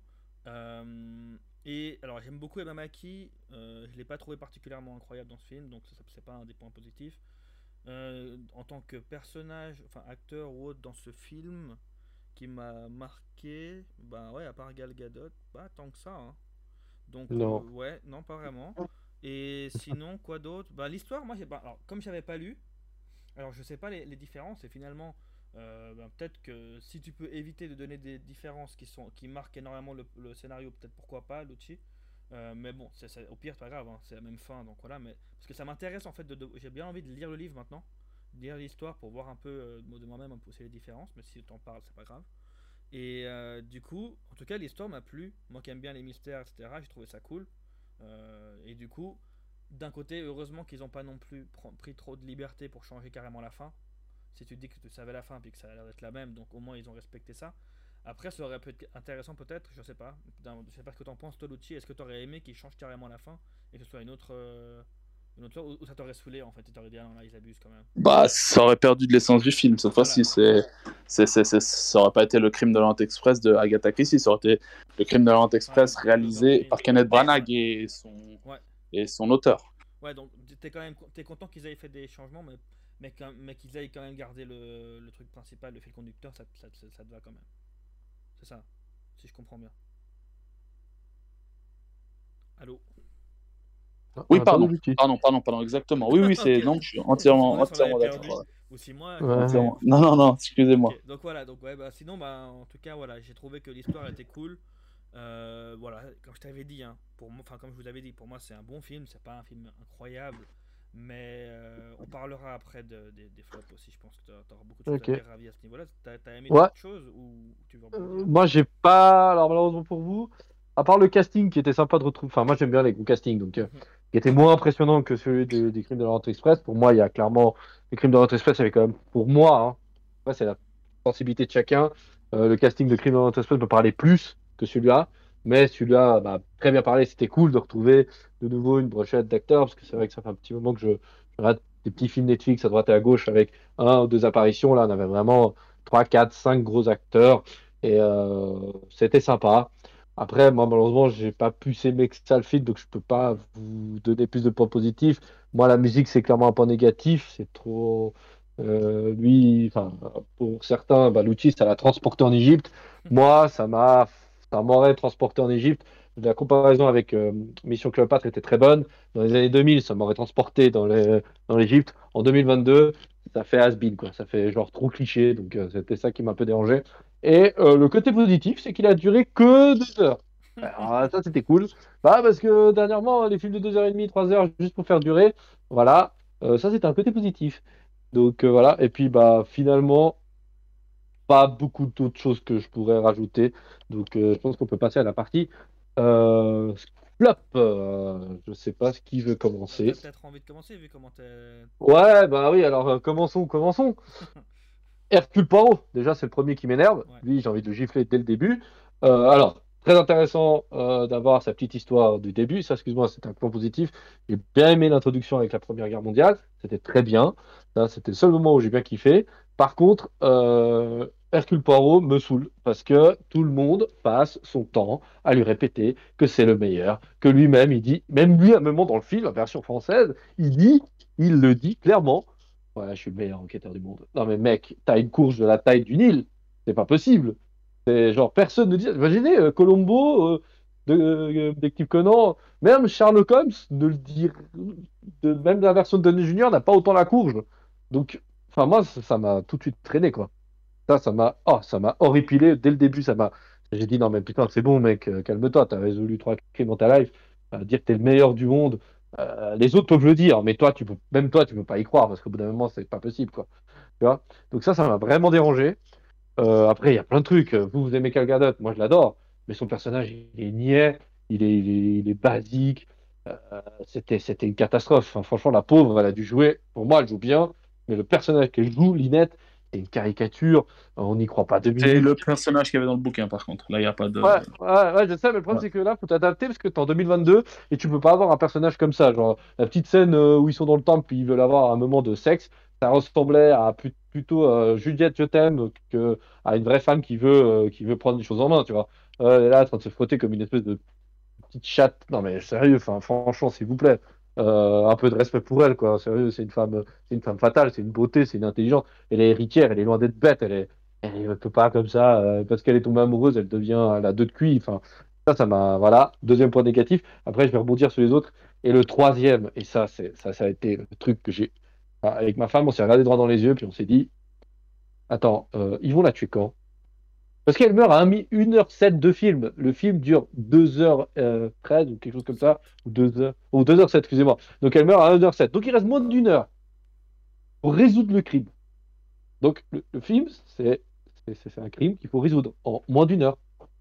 Et alors j'aime beaucoup Emma Mackey, je l'ai pas trouvé particulièrement incroyable dans ce film, donc ça c'est pas un des points positifs. En tant que personnage, enfin acteur ou autre dans ce film qui m'a marqué, bah ouais, à part Gal Gadot, pas tant que ça, hein. Donc, Non. ouais, non, pas vraiment. Et sinon, quoi d'autre? Bah, l'histoire, moi, j'ai pas. Alors, comme j'avais pas lu, alors je sais pas les différences, et finalement, ben, peut-être que si tu peux éviter de donner des différences qui marquent énormément le scénario, peut-être pourquoi pas, Lucci. Mais bon, au pire, pas grave, hein, c'est la même fin, donc voilà. Mais, parce que ça m'intéresse en fait, j'ai bien envie de lire le livre maintenant, de lire l'histoire pour voir un peu de moi-même un peu aussi les différences, mais si tu en parles, c'est pas grave. Et du coup, en tout cas, l'histoire m'a plu. Moi qui aime bien les mystères, etc., j'ai trouvé ça cool. Et du coup, d'un côté, heureusement qu'ils n'ont pas non plus pris trop de liberté pour changer carrément la fin. Si tu te dis que tu savais la fin puis que ça a l'air d'être la même, donc au moins ils ont respecté ça. Après, ça aurait pu être intéressant peut-être, je sais pas. Je sais pas ce que t'en penses, toi, Lucci. Est-ce que t'aurais aimé qu'ils changent carrément la fin et que ce soit une autre ou ça t'aurait saoulé en fait, et t'aurais dit ah non là ils abusent quand même. Bah, ça aurait perdu de l'essence du film. Cette Voilà, fois-ci, ça aurait pas été le crime de l'Orient Express de Agatha Christie, ça aurait été le crime de l'Orient ouais, Express de Robert réalisé Green. par Kenneth Ouais, Branagh ouais, et son auteur. Ouais, donc t'es content qu'ils aient fait des changements, mais qu'ils aient quand même gardé le truc principal, le fil conducteur, ça te va quand même. C'est ça, si je comprends bien. Allô? On Oui, a perdu pardon. l'outil. Pardon, exactement. Oui, oui, Ok, non, je suis on se demandait si on l'avait entièrement perdu, d'accord. ou si moi j'avais. Ouais. Entièrement. Non, non, non, excusez-moi. Ok, donc voilà, donc ouais, bah sinon, bah en tout cas, voilà, j'ai trouvé que l'histoire était cool. Voilà, comme je t'avais dit, hein, pour moi, enfin comme je vous avais dit, pour moi c'est un bon film, c'est pas un film incroyable, mais on parlera après des flops aussi. Je pense que tu auras beaucoup de choses à Ok. dire, Ravi, à ce niveau-là. T'as aimé Ouais. d'autres choses ou tu veux rebondir? Moi, j'ai pas. Alors, malheureusement pour vous, à part le casting qui était sympa de retrouver. Enfin, moi, j'aime bien les gros castings, donc Mhm. qui était moins impressionnant que celui des Crimes de l'Orient Express. Pour moi, il y a clairement les Crimes de l'Orient Express, avait quand même, pour moi, hein, après, c'est la sensibilité de chacun. Le casting de Crimes de l'Orient Express peut parler plus que celui-là, mais celui-là m'a très bien parlé. C'était cool de retrouver de nouveau une brochette d'acteurs, parce que c'est vrai que ça fait un petit moment que je regarde des petits films Netflix à droite et à gauche avec un ou deux apparitions. Là, on avait vraiment 3, 4, 5 gros acteurs. Et c'était sympa. Après, moi, malheureusement, j'ai pas pu s'aimer que ça le film, donc je peux pas vous donner plus de points positifs. Moi, la musique, c'est clairement un point négatif. C'est trop. Lui, enfin, pour certains, bah, l'outil, ça l'a transporté en Égypte. Moi, ça m'aurait transporté en Égypte. La comparaison avec Mission Cléopâtre était très bonne. Dans les années 2000, ça m'aurait transporté dans l'Égypte. En 2022, ça fait has-been, quoi. Ça fait genre trop cliché. Donc, c'était ça qui m'a un peu dérangé. Et le côté positif, c'est qu'il a duré que 2 heures. Alors, ça, c'était cool. Bah, parce que dernièrement, les films de 2h30, 3 heures, juste pour faire durer, voilà, ça, c'était un côté positif. Donc, voilà. Et puis, bah, finalement, pas beaucoup d'autres choses que je pourrais rajouter. Donc, je pense qu'on peut passer à la partie flop. Je sais pas ce qui veut commencer. T'as peut-être envie de commencer vu comment t'es. Ouais, bah oui, alors commençons. Hercule Poirot, déjà, c'est le premier qui m'énerve. Ouais. Lui, j'ai envie de le gifler dès le début. Alors, très intéressant d'avoir sa petite histoire du début. Ça, excuse-moi, c'est un point positif. J'ai bien aimé l'introduction avec la Première Guerre mondiale. C'était très bien. Ça, c'était le seul moment où j'ai bien kiffé. Par contre, Hercule Poirot me saoule parce que tout le monde passe son temps à lui répéter que c'est le meilleur, que lui-même, il dit, même lui, à un moment dans le film, la version française, il le dit clairement. Ouais, je suis le meilleur enquêteur du monde. Non, mais mec, t'as une courge de la taille du Nil. C'est pas possible. C'est genre, personne ne dit. Imaginez Colombo, Détective Conan, même Sherlock Holmes ne le dit. Même la version de Downey Junior n'a pas autant la courge. Donc, enfin, moi, ça m'a tout de suite traîné, quoi. Ça m'a horripilé dès le début. J'ai dit, non, mais putain, c'est bon, mec, calme-toi. T'as résolu 3 crimes dans ta life. Dire que t'es le meilleur du monde. Les autres peuvent le dire, mais toi, même toi, tu peux pas y croire parce qu'au bout d'un moment, c'est pas possible, quoi. Tu vois. Donc ça m'a vraiment dérangé. Après, il y a plein de trucs. Vous aimez Gal Gadot, moi je l'adore, mais son personnage, il est niais, il est basique. C'était une catastrophe. Enfin, franchement, la pauvre, elle a dû jouer. Pour moi, elle joue bien, mais le personnage qu'elle joue, Linette, c'est une caricature. On n'y croit pas deux C'est minutes. le personnage qu'il y avait dans le bouquin, par contre. Là, il n'y a pas de. Ouais, je sais, mais le problème, Ouais. c'est que là, faut t'adapter parce que t'es en 2022 et tu peux pas avoir un personnage comme ça. Genre, la petite scène où ils sont dans le temple puis ils veulent avoir un moment de sexe, ça ressemblait à plutôt Juliette, je t'aime que à une vraie femme qui veut prendre les choses en main, tu vois. Elle est là, en train de se frotter comme une espèce de petite chatte. Non, mais sérieux, enfin, franchement, s'il vous plaît. Un peu de respect pour elle, quoi. Sérieux, c'est une femme fatale, c'est une beauté, c'est une intelligence. Elle est héritière, elle est loin d'être bête, elle ne peut pas comme ça, parce qu'elle est tombée amoureuse, elle a deux de QI. Enfin, ça m'a, voilà. Deuxième point négatif. Après, je vais rebondir sur les autres. Et le troisième, et ça a été le truc que j'ai, enfin, avec ma femme, on s'est regardé droit dans les yeux, puis on s'est dit, attends, ils vont la tuer quand? Parce qu'elle meurt à 1h07 de film. Le film dure 2h13 ou quelque chose comme ça, ou 2 heures, ou 2h07, excusez-moi. Donc elle meurt à 1h07. Donc il reste moins d'1 heure pour résoudre le crime. Donc le film, c'est un crime qu'il faut résoudre en moins d'1 heure.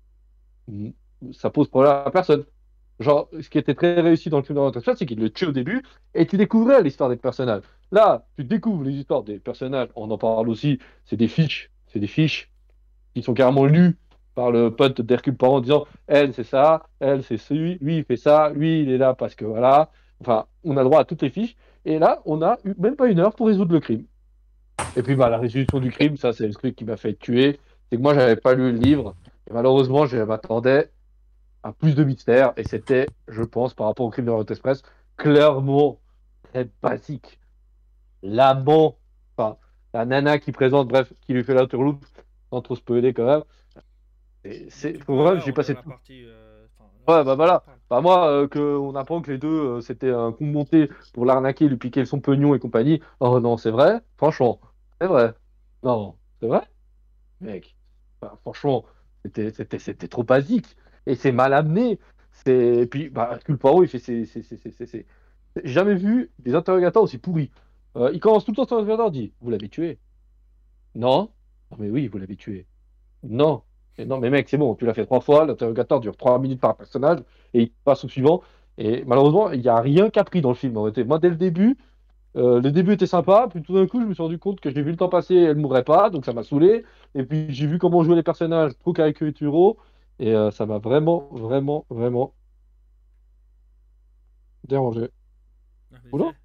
Mm. Ça pose problème à personne. Genre, ce qui était très réussi dans le film de c'est qu'il le tue au début et tu découvrais l'histoire des personnages. Là, tu découvres les histoires des personnages, on en parle aussi, c'est des fiches qui sont carrément lus par le pote d'Hercule Poirot en disant elle c'est ça, elle c'est celui, lui il fait ça, lui il est là parce que voilà. Enfin, on a droit à toutes les fiches. Et là, on a eu même pas 1 heure pour résoudre le crime. Et puis bah, la résolution du crime, ça c'est le truc qui m'a fait tuer. C'est que moi j'avais pas lu le livre. Et malheureusement, je m'attendais à plus de mystère. Et c'était, je pense, par rapport au crime de l'Orient Express, clairement. très basique. L'amant, enfin, la nana qui présente, bref, qui lui fait l'interloop, sans trop spoiler quand même. Tu Faut peux, vraiment, là, j'ai on est dans passé la tout. partie. Enfin, là, Ouais, bah on en voilà. parle. Bah moi, on apprend que les deux, c'était un coup monté pour l'arnaquer, lui piquer son pognon et compagnie. Oh non, c'est vrai? Franchement, c'est vrai. Non, c'est vrai? Mec, enfin, franchement, c'était trop basique. Et c'est mal amené. Et puis, bah, Hercule Poirot, il fait j'ai jamais vu des interrogateurs aussi pourris. Il commence tout le temps son interrogateur, il dit, vous l'avez tué? Non? Non, mais oui, vous l'avez tué. Non. Mais non, mais mec, c'est bon, tu l'as fait 3 fois, l'interrogatoire dure 3 minutes par personnage, et il passe au suivant. Et malheureusement, il n'y a rien qui a pris dans le film. En réalité. Moi, dès le début était sympa, puis tout d'un coup, je me suis rendu compte que j'ai vu le temps passer, elle ne mourrait pas, donc ça m'a saoulé. Et puis j'ai vu comment jouer les personnages trop caricaturaux, et ça m'a vraiment, vraiment, vraiment dérangé. Ah, mais Oula?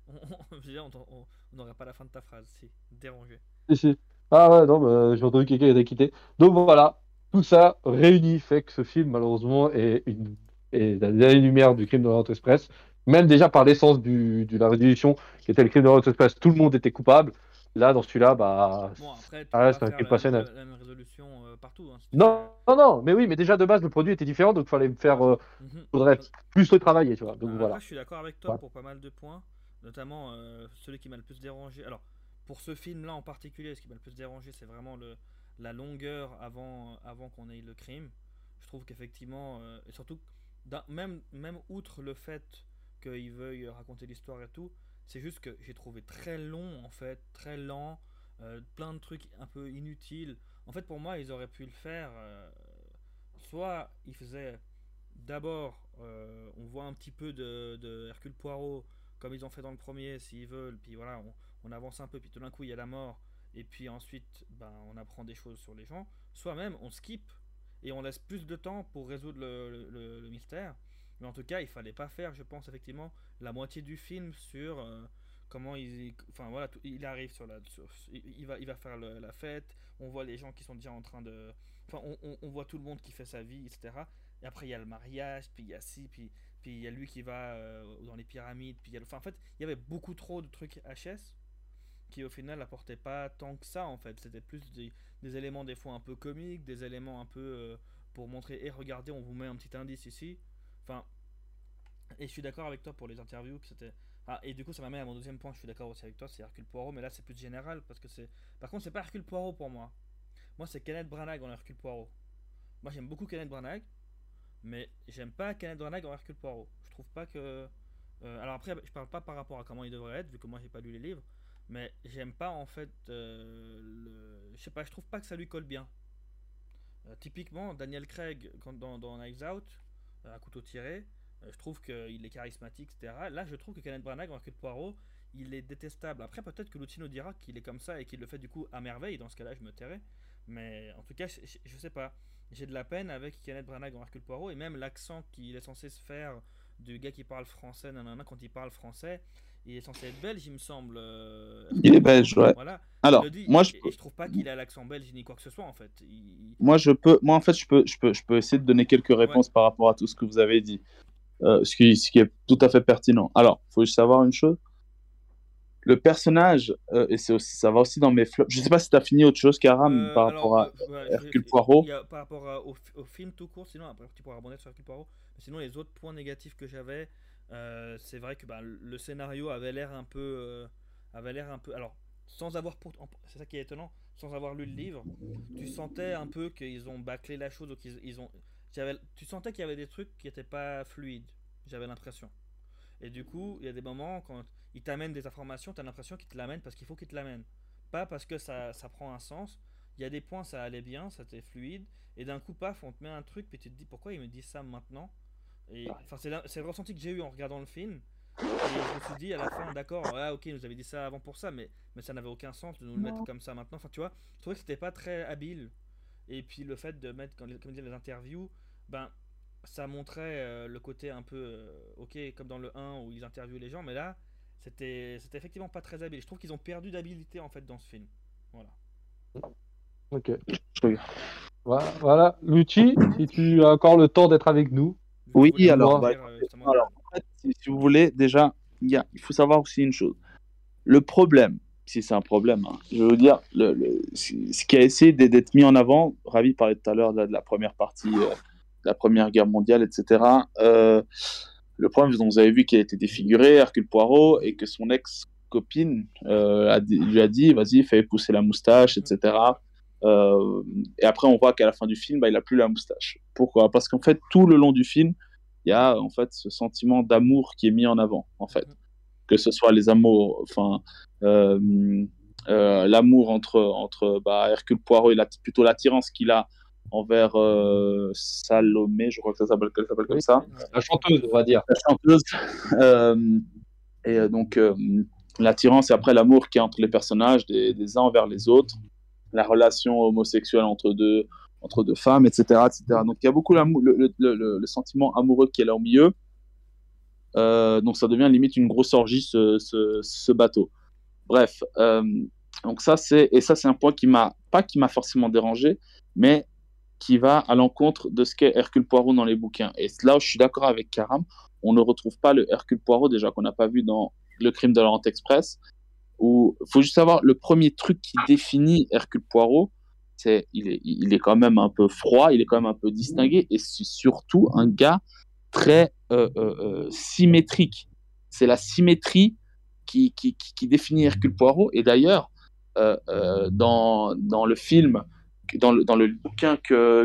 on n'aurait pas la fin de ta phrase, si. Dérangé. Si, si. Ah ouais, non, j'ai entendu quelqu'un qui était quitté. Donc voilà, tout ça réuni fait que ce film, malheureusement, est la lumière du crime de l'Orient Express. Même déjà par l'essence de la résolution qui était le crime de l'Orient Express, tout le monde était coupable. Là, dans celui-là, bah, Bon, après, tu ça peux pas reste un faire crime passionnel. la même résolution partout, hein, si tu fais. Non, non, non, mais oui, mais déjà de base, le produit était différent, donc Mhm. faudrait plus le travailler, tu vois. Donc Après, voilà. je suis d'accord avec toi Voilà. pour pas mal de points, notamment celui qui m'a le plus dérangé. Alors, pour ce film-là en particulier, ce qui m'a le plus dérangé, c'est vraiment la longueur avant qu'on ait le crime. Je trouve qu'effectivement, et surtout, même outre le fait qu'ils veuillent raconter l'histoire et tout, c'est juste que j'ai trouvé très long, en fait, très lent, plein de trucs un peu inutiles. En fait, pour moi, ils auraient pu le faire. Soit ils faisaient d'abord, on voit un petit peu de Hercule Poirot, comme ils ont fait dans le premier, s'ils veulent, puis voilà, on avance un peu, puis tout d'un coup il y a la mort, et puis ensuite ben, on apprend des choses sur les gens. Soit même on skip et on laisse plus de temps pour résoudre le mystère. Mais en tout cas, il fallait pas faire, je pense, effectivement, la moitié du film sur comment enfin voilà, il arrive il va faire la fête. On voit les gens qui sont déjà en train de, enfin, on voit tout le monde qui fait sa vie, etc. Et après, il y a le mariage, puis il y a ci, puis il y a lui qui va dans les pyramides, puis il y a enfin, en fait, il y avait beaucoup trop de trucs HS qui au final n'apportaient pas tant que ça en fait. C'était plus des éléments des fois un peu comiques, des éléments un peu pour montrer, et regardez, on vous met un petit indice ici. Enfin, et je suis d'accord avec toi pour les interviews que c'était. Ah, et du coup, ça m'amène à mon deuxième point. Je suis d'accord aussi avec toi, c'est Hercule Poirot, mais là c'est plus général parce que c'est. Par contre, c'est pas Hercule Poirot pour moi. Moi, c'est Kenneth Branagh en Hercule Poirot. Moi, j'aime beaucoup Kenneth Branagh, mais j'aime pas Kenneth Branagh en Hercule Poirot. Je trouve pas que. Alors après, je parle pas par rapport à comment il devrait être, vu que moi j'ai pas lu les livres, mais j'aime pas en fait Je sais pas, je trouve pas que ça lui colle bien. Typiquement, Daniel Craig dans Knives Out, à couteau tiré, je trouve qu'il est charismatique, etc. Là, je trouve que Kenneth Branagh en Hercule Poirot, il est détestable. Après, peut-être que Lucino dira qu'il est comme ça et qu'il le fait du coup à merveille. Dans ce cas-là, je me tairai. Mais en tout cas, je sais pas. J'ai de la peine avec Kenneth Branagh en Hercule Poirot et même l'accent qu'il est censé se faire du gars qui parle français, nanana, quand il parle français, il est censé être belge, il me semble. Il Hercule est Poirot. belge, ouais. Voilà, il Alors, le dit moi, et je trouve pas qu'il a l'accent belge ni quoi que ce soit en fait. moi, en fait, je peux essayer de donner quelques Ouais. réponses par rapport à tout ce que vous avez dit, ce qui est tout à fait pertinent. Alors, il faut juste savoir une chose. Le personnage, et ça va aussi dans mes flops. Je sais pas si tu as fini autre chose, Karam, par rapport à Ouais, Hercule il Poirot. y a, par rapport au film tout court, sinon après tu pourras rebondir sur Hercule Poirot. Mais sinon, les autres points négatifs que j'avais, c'est vrai que bah, le scénario avait l'air un peu. Alors, sans avoir c'est ça qui est étonnant, sans avoir lu le livre, tu sentais un peu qu'ils ont bâclé la chose, ou ils ont. Tu sentais qu'il y avait des trucs qui n'étaient pas fluides. J'avais l'impression. Et du coup, il y a des moments quand il t'amène des informations, tu as l'impression qu'il te l'amène parce qu'il faut qu'il te l'amène. Pas parce que ça prend un sens. Il y a des points, ça allait bien, ça était fluide. Et d'un coup, paf, on te met un truc, puis tu te dis pourquoi il me dit ça maintenant. Et enfin, c'est le ressenti que j'ai eu en regardant le film. Et je me suis dit à la fin, d'accord, ah, ok, il nous avait dit ça avant pour ça, mais ça n'avait aucun sens de nous le mettre comme ça maintenant. Enfin, tu vois, je trouvais que c'était pas très habile. Et puis le fait de mettre, comme dire, les interviews, ben, ça montrait le côté un peu, ok, comme dans le 1 où ils interviewent les gens, mais là, c'était effectivement pas très habile. Je trouve qu'ils ont perdu d'habileté en fait dans ce film. Voilà. Ok. Je regarde. Voilà. Lucci, si tu as encore le temps d'être avec nous, Oui, Vu que vous voulez alors, dis-moi. bah, rebondir justement alors en fait, si vous voulez, déjà, il faut savoir aussi une chose. Le problème, si c'est un problème, hein, je veux dire, ce qui a essayé d'être mis en avant, Ravi parlait tout à l'heure de la première partie, de la Première Guerre mondiale, etc. Le problème, dont vous avez vu qu'il a été défiguré, Hercule Poirot, et que son ex-copine lui a dit, vas-y, fais pousser la moustache, etc. Et après, on voit qu'à la fin du film, il n'a plus la moustache. Pourquoi? Parce qu'en fait, tout le long du film, il y a en fait ce sentiment d'amour qui est mis en avant, en fait. Que ce soit les amours, enfin, l'amour entre Hercule Poirot et plutôt l'attirance qu'il a envers Salomé, je crois que ça s'appelle comme ça. La chanteuse, on va dire. La chanteuse. Donc, l'attirance et après l'amour qu'il y a entre les personnages, des uns envers les autres, la relation homosexuelle entre deux femmes, etc., etc. Donc, il y a beaucoup le sentiment amoureux qui est là au milieu. Donc, ça devient limite une grosse orgie, ce bateau. Bref, donc ça c'est un point qui m'a forcément dérangé, mais qui va à l'encontre de ce qu'est Hercule Poirot dans les bouquins. Et là où je suis d'accord avec Karam, on ne retrouve pas le Hercule Poirot déjà qu'on n'a pas vu dans Le Crime de l'Orient Express. Où faut juste savoir le premier truc qui définit Hercule Poirot, c'est il est quand même un peu froid, il est quand même un peu distingué, et c'est surtout un gars très symétrique. C'est la symétrie qui définit Hercule Poirot. Et d'ailleurs, dans le film, dans le bouquin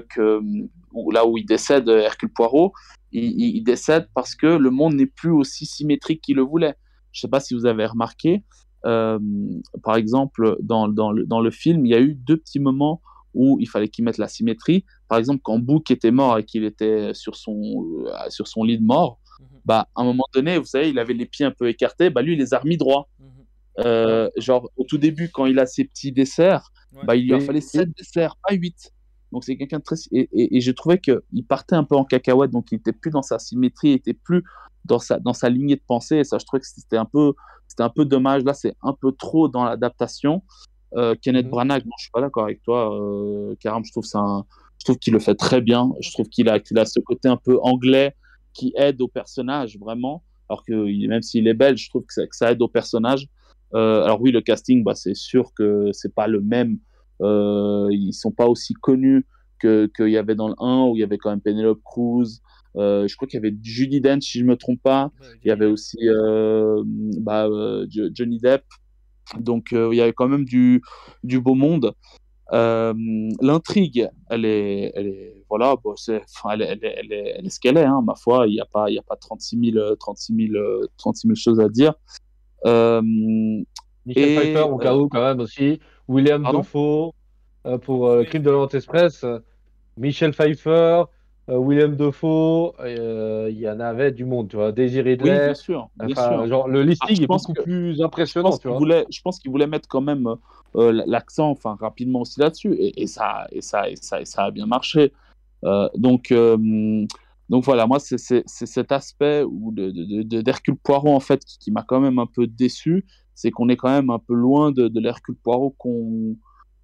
là où il décède, Hercule Poirot, il décède parce que le monde n'est plus aussi symétrique qu'il le voulait. Je ne sais pas si vous avez remarqué, par exemple, dans le film, il y a eu 2 petits moments où il fallait qu'il mette la symétrie. Par exemple, quand Book était mort et qu'il était sur son lit de mort, à un moment donné, vous savez, il avait les pieds un peu écartés, lui, il les a remis droits. Genre, au tout début, quand il a ses petits desserts, il lui a fallu 7 desserts, pas 8. Donc, c'est quelqu'un de très... Et je trouvais qu'il partait un peu en cacahuète, donc il n'était plus dans sa symétrie, il n'était plus dans sa lignée de pensée. Et ça, je trouvais que c'était un peu dommage. Là, c'est un peu trop dans l'adaptation. Kenneth Branagh, non, je suis pas d'accord avec toi, Karam. Je trouve qu'il le fait très bien. Je trouve qu'il a ce côté un peu anglais qui aide au personnage vraiment. Alors que même s'il est belge, je trouve que ça aide au personnage. Alors oui, le casting, c'est sûr que c'est pas le même. Ils sont pas aussi connus qu'il y avait dans le 1 où il y avait quand même Penelope Cruz. Je crois qu'il y avait Judi Dench, si je me trompe pas. Il y avait aussi Johnny Depp. Donc il y avait quand même du beau monde. L'intrigue, elle est voilà, elle est ce qu'elle est, hein, ma foi. Il y a pas 36 000 choses à dire. Michel Pfeiffer au cas où, quand même aussi. William Dafoe pour Crime de l'Orient Express. Michel Pfeiffer, William Dafoe, il y en avait du monde, tu vois. Daisy Ridley. Oui, bien sûr. Genre, le listing est beaucoup plus impressionnant, tu vois. Je pense qu'il voulait mettre quand même l'accent, rapidement aussi là-dessus, et ça a bien marché. Donc voilà, moi c'est cet aspect d'Hercule Poirot en fait qui m'a quand même un peu déçu, c'est qu'on est quand même un peu loin de l'Hercule Poirot qu'on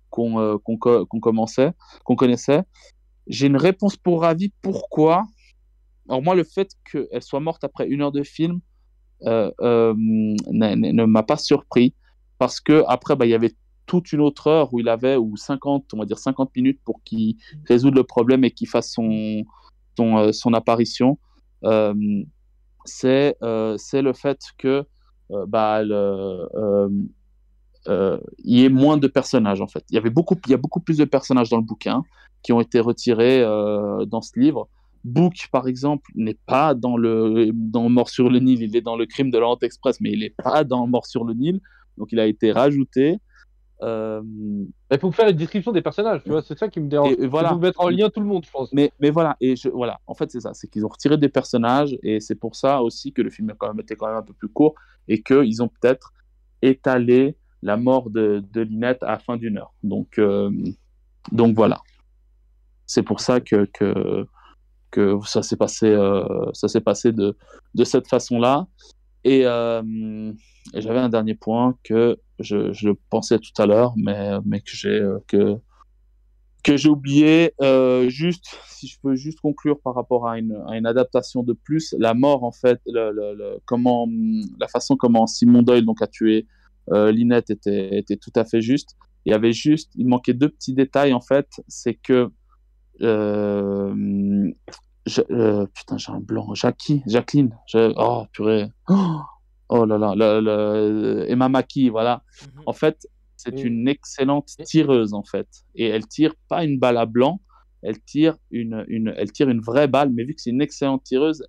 connaissait. J'ai une réponse pour Ravi. Pourquoi? Alors moi, le fait qu'elle soit morte après 1 heure de film ne m'a pas surpris, parce que après il y avait toute une autre heure où il avait, ou 50 minutes pour qu'il résoudre le problème et qu'il fasse son apparition. C'est le fait que il y ait moins de personnages en fait. Il y a beaucoup plus de personnages dans le bouquin qui ont été retirés dans ce livre. Book, par exemple, n'est pas dans Mort sur le Nil, il est dans Le Crime de l'Orient Express, mais il n'est pas dans Mort sur le Nil, donc il a été rajouté. Il faut faire une description des personnages, tu vois, c'est ça qui me dérange. Voilà. Il faut mettre en lien tout le monde, je pense. Mais voilà, voilà, en fait c'est ça, c'est qu'ils ont retiré des personnages, et c'est pour ça aussi que le film était quand même un peu plus court, et qu'ils ont peut-être étalé la mort de Lynette à la fin d'1 heure. Donc voilà. C'est pour ça que ça s'est passé de cette façon-là. Et j'avais un dernier point que je pensais tout à l'heure, mais que que j'ai oublié, juste, si je peux juste conclure par rapport à une adaptation de plus, la mort, en fait, la façon comment Simon Doyle donc, a tué Lynette était tout à fait juste. Il manquait deux petits détails, en fait, c'est que, euh, putain, j'ai un blanc, Jacqueline, oh, purée, oh là là, Emma Mackey, voilà. Mhm. En fait, c'est Et- une excellente et- tireuse, en fait. Et elle tire pas une balle à blanc, elle tire une vraie balle, mais vu que c'est une excellente tireuse,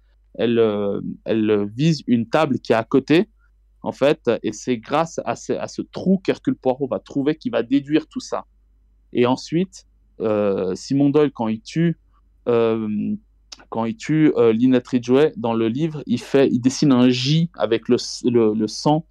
elle vise une table qui est à côté, en fait, et c'est grâce à ce trou qu'Hercule Poirot va trouver qui va déduire tout ça. Et ensuite, Simon Doyle, euh, quand il tue Lynette Ridgway, dans le livre, il dessine un J avec le sang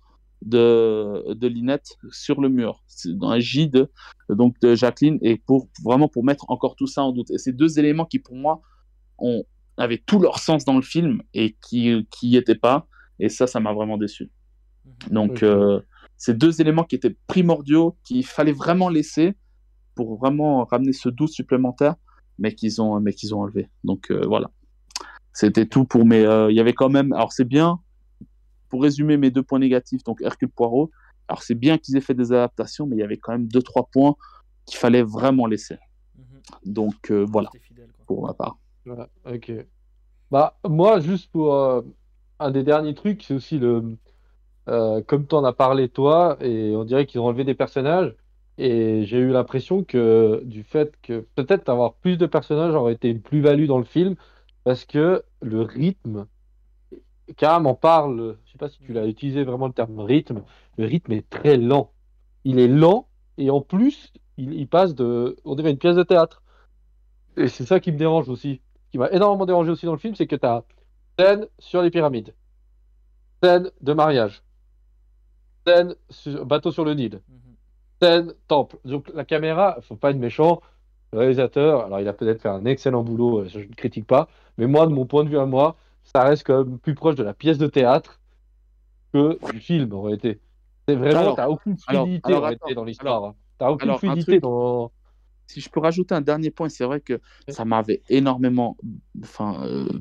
de Lynette sur le mur. C'est un J donc de Jacqueline, et vraiment pour mettre encore tout ça en doute. Et ces deux éléments qui, pour moi, avaient tout leur sens dans le film et qui n'y étaient pas. Et ça m'a vraiment déçu. Donc, Ok. ces deux éléments qui étaient primordiaux, qu'il fallait vraiment laisser pour vraiment ramener ce doute supplémentaire, mais qu'ils ont enlevé. Donc, voilà. C'était tout pour mes. Il y avait quand même. Alors, c'est bien, pour résumer mes deux points négatifs, donc Hercule Poirot. Alors, c'est bien qu'ils aient fait des adaptations, mais il y avait quand même deux, trois points qu'il fallait vraiment laisser. Mhm. Donc, voilà, Rester fidèle, quoi. pour ma part. Voilà, ok. Bah, moi, juste pour un des derniers trucs, c'est aussi comme tu en as parlé toi, et on dirait qu'ils ont enlevé des personnages, et j'ai eu l'impression que du fait que peut-être avoir plus de personnages aurait été une plus-value dans le film, parce que le rythme, Karam en parle, je sais pas si tu l'as Mhm. utilisé vraiment le terme rythme, le rythme est très lent. Il est lent, et en plus, il passe on dirait une pièce de théâtre. Et c'est ça qui me dérange aussi. Ce qui m'a énormément dérangé aussi dans le film, c'est que tu as scène sur les pyramides, scène de mariage, scène bateau sur le Nil, Mhm. scène temple. Donc la caméra, faut pas être méchant. Le réalisateur, alors il a peut-être fait un excellent boulot, ça, je ne critique pas, mais moi, de mon point de vue à moi, ça reste quand même plus proche de la pièce de théâtre que du film aurait été. C'est vraiment, Alors, t'as aucune fluidité aurait été attends. dans l'histoire. Hein. T'as aucune Alors, un fluidité truc, dans. si je peux rajouter un dernier point, c'est vrai que ça m'avait énormément enfin,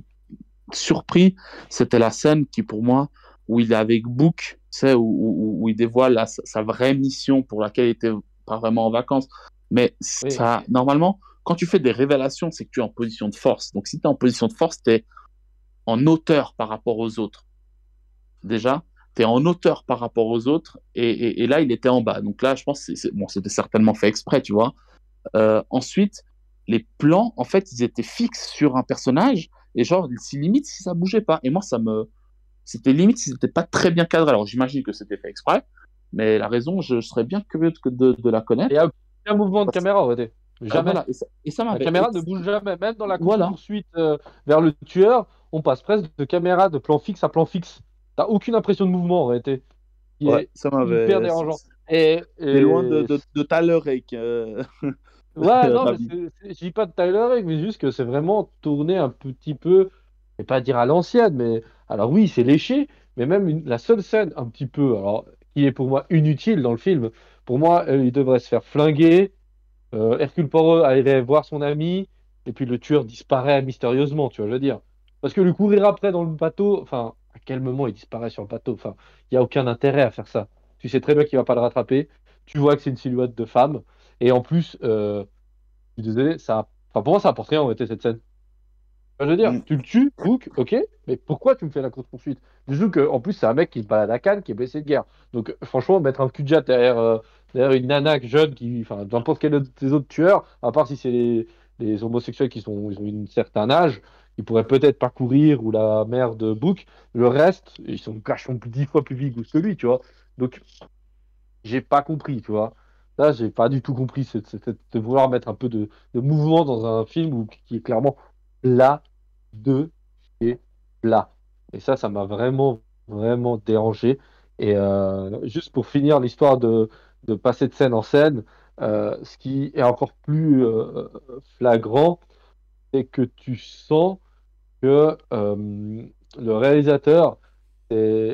surpris. C'était la scène qui, pour moi, où il est avec Book, tu sais, où il dévoile sa vraie mission pour laquelle il était pas vraiment en vacances. Mais Oui, ça, normalement, quand tu fais des révélations, c'est que tu es en position de force. Donc, si tu es en position de force, tu es en hauteur par rapport aux autres. Déjà, tu es en hauteur par rapport aux autres. Et là, il était en bas. Donc là, je pense que bon, c'était certainement fait exprès, tu vois. Ensuite, les plans, en fait, ils étaient fixes sur un personnage et genre, si limite si ça bougeait pas. Et moi, c'était limite si c'était pas très bien cadré. Alors, j'imagine que c'était fait exprès, mais la raison, je serais bien curieux de la il n'y connaître. a aucun mouvement de Parce- caméra aurait été. Jamais. voilà, et ça La m'avait. caméra ne bouge jamais, même dans la Voilà, course-poursuite vers le tueur, on passe presque de caméra de plan fixe à plan fixe. T'as aucune impression de mouvement en réalité, qui ouais, est ça hyper m'avait. dérangeant. Et, C'est loin et de Tyler Rake, ouais, non, mais Ravi. je dis pas de Tyler Rake, mais juste que c'est vraiment tourné un petit peu, je vais pas dire à l'ancienne, mais alors oui, c'est léché, mais même la seule scène un petit peu, alors qui est pour moi inutile dans le film. Pour moi, il devrait se faire flinguer. Hercule Poirot allait voir son ami, et puis le tueur disparaît mystérieusement, tu vois, je veux dire. Parce que lui courir après dans le bateau, enfin, à quel moment il disparaît sur le bateau? Enfin, il n'y a aucun intérêt à faire ça. Tu sais très bien qu'il va pas le rattraper. Tu vois que c'est une silhouette de femme. Et en plus, je suis désolé, enfin, pour moi, ça apporte rien en réalité, cette scène. Enfin, je veux dire, Mm. tu le tues, Hook, ok, mais pourquoi tu me fais la course-poursuite? Surtout que, en plus, c'est un mec qui se balade à Cannes, qui est blessé de guerre. Donc, franchement, mettre un cul de jatte derrière une nana jeune, enfin, n'importe quel des autres tueurs, à part si c'est les homosexuels ils ont un certain âge, ils pourraient peut-être pas courir, ou la mère de Book, le reste, ils sont cachons 10 fois plus vite que lui, tu vois. Donc, j'ai pas compris, tu vois. Là, j'ai pas du tout compris, de vouloir mettre un peu de mouvement dans un film qui est clairement plat de chez plat. Et ça m'a vraiment, vraiment dérangé. Et juste pour finir l'histoire de passer de scène en scène, ce qui est encore plus flagrant, c'est que tu sens que le réalisateur,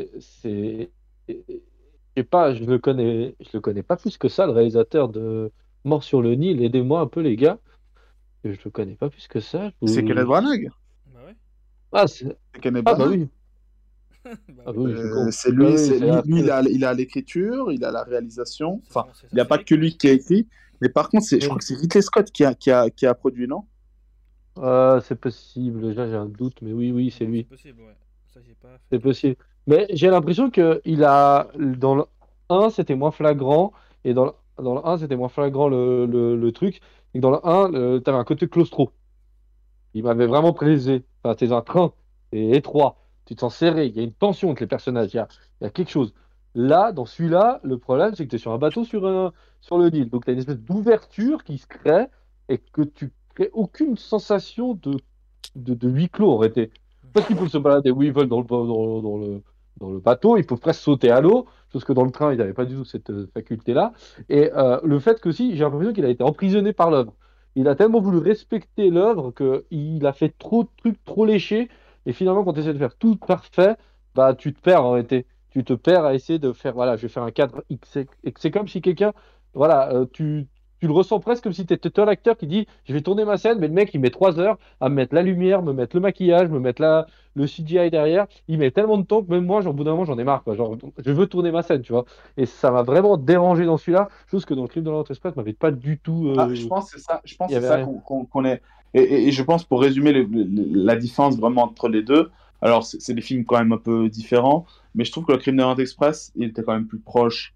c'est, je sais pas, je le connais pas plus que ça, le réalisateur Mort sur le Nil, aidez-moi un peu, les gars. Je le connais pas plus que ça. C'est Kenneth Branagh. Bah ouais. Ah, C'est Kenneth ah bah Branagh. oui. Bah Ah oui. bah oui, je suis con. C'est Ah lui, oui, c'est lui, il a l'écriture, il a la réalisation. Enfin, il C'est n'y a sa pas série, que quoi. lui qui a écrit. Mais par contre, je crois Oui. que c'est Ridley Scott qui a produit, non? C'est possible. Déjà, j'ai un doute, mais oui, oui, c'est Non, c'est lui. possible, ouais. Ça, j'ai pas fait C'est gaffe. possible. Mais j'ai l'impression que dans le un c'était moins flagrant, et dans le un c'était moins flagrant le truc, et que dans le un t'avais un côté claustro. Il m'avait vraiment présé. Enfin, t'es dans un train, c'est étroit, tu te sens serré, il y a une tension entre les personnages, il y a quelque chose. Là, dans celui-là, le problème, c'est que tu es sur un bateau sur le Nil. Donc, tu as une espèce d'ouverture qui se crée et que tu crées aucune sensation de huis clos, en réalité. Parce qu'ils peuvent se balader où ils veulent dans le bateau, ils peuvent presque sauter à l'eau, chose que dans le train, ils n'avaient pas du tout cette faculté-là. Et le fait que si, j'ai l'impression qu'il a été emprisonné par l'œuvre. Il a tellement voulu respecter l'œuvre qu'il a fait trop de trucs trop léchés. Et finalement, quand tu essaies de faire tout parfait, bah, tu te perds en réalité. Tu te perds à essayer de faire, voilà, je vais faire un cadre X. Et c'est comme si quelqu'un, voilà, tu le ressens presque comme si tu étais un acteur qui dit, je vais tourner ma scène, mais le mec, il met 3 heures à me mettre la lumière, me mettre le maquillage, me mettre le CGI derrière. Il met tellement de temps que même moi, genre, au bout d'un moment, j'en ai marre, quoi. Genre, je veux tourner ma scène, tu vois. Et ça m'a vraiment dérangé dans celui-là, chose que dans le Crime de l'Orient Express m'avait pas du tout. Ah, je pense que c'est ça. Je pense Il y que c'est avait ça rien. qu'on est. Et je pense pour résumer la différence vraiment entre les deux. Alors c'est des films quand même un peu différents, mais je trouve que le Crime de l'Orient Express il était quand même plus proche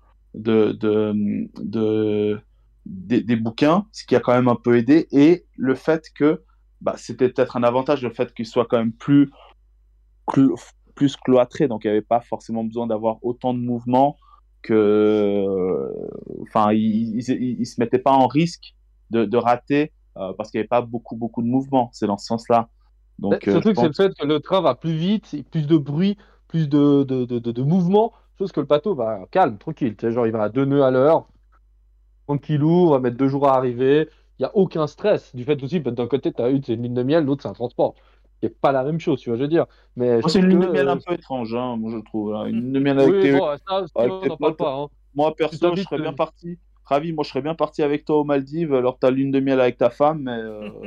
de des bouquins, ce qui a quand même un peu aidé. Et le fait que bah, c'était peut-être un avantage, le fait qu'il soit quand même clo- plus cloîtré, donc il n'y avait pas forcément besoin d'avoir autant de mouvements que, enfin, il se mettait pas en risque de rater parce qu'il n'y avait pas beaucoup de mouvements. C'est dans ce sens-là. Donc, je Surtout que c'est le pense. fait que le train va plus vite, plus de bruit, plus de mouvement, chose que le bateau va calme, tranquille. Tu sais, genre, il va à 2 nœuds à l'heure, tranquillou, on va mettre 2 jours à arriver. Il n'y a aucun stress. Du fait aussi, d'un côté, tu as une, c'est une ligne de miel, l'autre, c'est un transport. C'est pas la même chose, tu vois, je veux dire. Mais je Moi, c'est trouve une que. lune de miel un peu étrange, hein, moi, je trouve, hein. Une lune de miel Oui, bon, ça aussi, avec on tes n'en parle potes. pas. Hein. Moi, Tu perso, je t'habites. serais bien parti. Ravi, moi, je serais bien parti avec toi aux Maldives, alors ta lune de miel avec ta femme, mais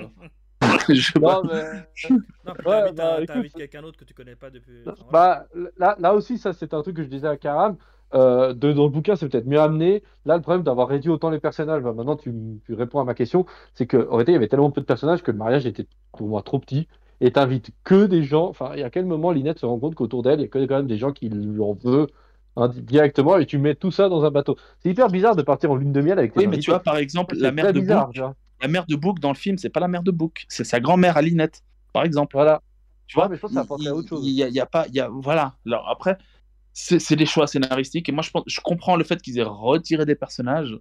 je sais pas. Non, mais. Non, puis Ouais, bah écoute. t'invites quelqu'un d'autre que tu connais pas depuis. Enfin voilà. Bah, là aussi, ça, c'est un truc que je disais à Karam. Dans le bouquin, c'est peut-être mieux amené. Là, le problème d'avoir réduit autant les personnages, bah, maintenant tu réponds à ma question, c'est qu'en réalité, il y avait tellement peu de personnages que le mariage était pour moi trop petit. Et t'invites que des gens. Enfin, il y a quel moment Lynette se rend compte qu'autour d'elle, il y a quand même des gens qui l'en veulent directement et tu mets tout ça dans un bateau. C'est hyper bizarre de partir en lune de miel avec tes Oui, mais tu vois, invités. par exemple, C'est très bizarre, tu vois. La mère de Book dans le film, c'est pas la mère de Book, c'est sa grand-mère Alinette, par exemple. Voilà. Tu Ouais, vois, mais je pense que ça apporterait autre chose. y a pas, voilà. Alors après, c'est des choix scénaristiques. Et moi, je comprends le fait qu'ils aient retiré des personnages.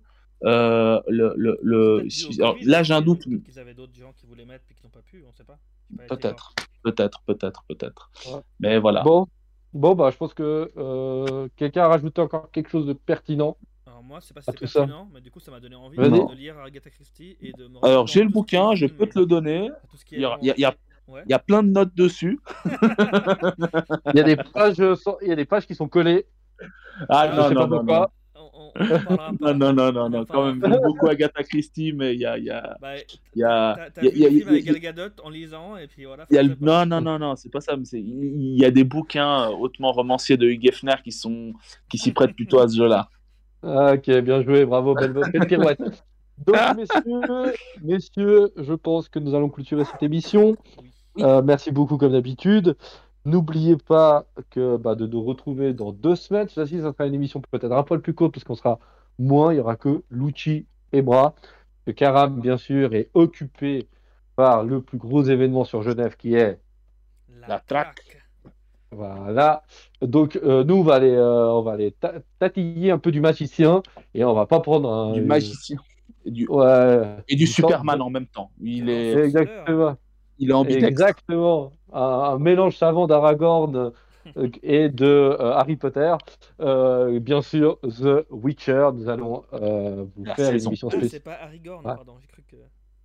C'est peut-être dû au Alors, Covid là, j'ai un aussi, ou doute. peut-être qu'ils avaient d'autres gens qui voulaient mettre puis qui n'ont pas pu, on sait pas. J'ai pas été voir. Peut-être. Ouais. Mais voilà. Bon, bah, je pense que quelqu'un a rajouté encore quelque chose de pertinent Alors moi, c'est pas si à c'est tout ça. pertinent, mais du coup, ça m'a donné envie Vas-y. Non. de lire Agatha Christie et de me Alors, remettre j'ai dans le tout ce qui est bouquin, je film peux te le donner. tout ce qui Il est y a, il y a, il y a, Ouais. il y a plein de notes dessus. Il y a des pages, il y a des pages qui sont collées. Ah Je Ah, non, sais pas non, non, non. pourquoi. on n'en parlera Non, pas. non, non, non, On n'en non. Quand parlera même, pas. j'aime beaucoup Agatha Christie, mais Bah, il y a, t'as il y a, vu il y a- le film avec il y a- Gal Gadot en lisant, et puis voilà, il y a forcément. non, non, non, non, c'est pas ça. Mais il y a des bouquins hautement romanciers de Hugh Hefner qui s'y prêtent plutôt à ce jeu-là. Ah, ok, bien joué, bravo, belle pirouette. Donc, messieurs, je pense que nous allons clôturer cette émission. Oui. Oui. Merci beaucoup comme d'habitude. N'oubliez pas de nous retrouver dans 2 semaines. Celle-ci, ça sera une émission peut-être un poil plus courte parce qu'on sera moins. Il n'y aura que Lucci et moi. Le Karam, bien sûr, est occupé par le plus gros événement sur Genève qui est. La La traque. traque. Voilà. Donc, nous, on va aller tatiller un peu du magicien et on va pas prendre Du magicien ouais, et du du temps. Superman en même temps. Quel ensorceleur. Exactement. Il est ambidextre. Exactement. Un mélange savant d'Aragorn et de Harry Potter. Bien sûr, The Witcher. Nous allons vous La faire une saison. émission Ah, spéciale. c'est pas Aragorn, Ouais. pardon, j'ai cru que.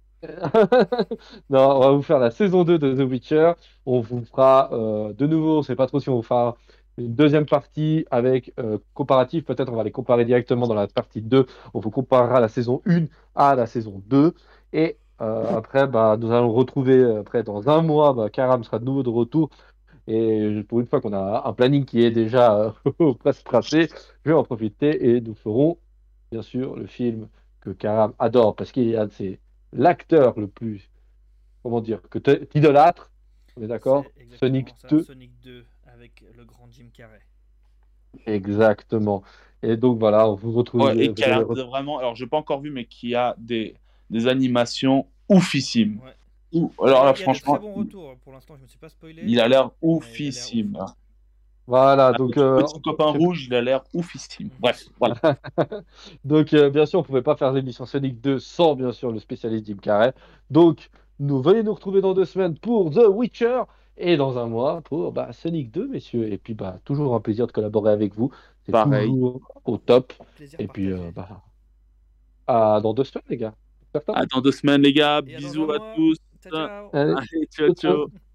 Non, on va vous faire la saison 2 de The Witcher. On vous fera de nouveau, on sait pas trop si on vous fera une deuxième partie avec comparatif. Peut-être on va les comparer directement dans la partie 2. On vous comparera la saison 1 à la saison 2. Et après, bah, nous allons retrouver, après, dans un mois, bah, Karam sera de nouveau de retour. Et pour une fois qu'on a un planning qui est déjà presque tracé, je vais en profiter et nous ferons, bien sûr, le film que Karam adore parce qu'il est c'est l'acteur le plus, comment dire, que tu idolâtres. On est d'accord? C'est exactement Sonic ça, 2. Sonic 2 avec le grand Jim Carrey. Exactement. Et donc voilà, on vous retrouve, Ouais, et vous qui a allez l'air de vraiment, alors j'ai pas encore vu, mais qui a des animations oufissimes. Ouais. Alors là, Il y a de très franchement, bons retours. Pour l'instant, je me suis pas spoilé, il a l'air mais il a l'air ouf. oufissime. Voilà, donc, Avec son petit copain je sais rouge, il a l'air oufissime. Bref, voilà. donc, bien sûr, on ne pouvait pas faire l'émission Sonic 2 sans, bien sûr, le spécialiste Jim Carrey. Donc, venez nous retrouver dans 2 semaines pour The Witcher et dans un mois pour bah, Sonic 2, messieurs. Et puis, bah, toujours un plaisir de collaborer avec vous. C'est Pareil. toujours au top. Plaisir Et puis, partagé. bah, à dans 2 semaines, les gars. Certain. À dans 2 semaines, les gars. Et à dans Bisous un à mois. tous. Ciao, ciao. Allez, Allez, ciao, ciao, ciao. ciao.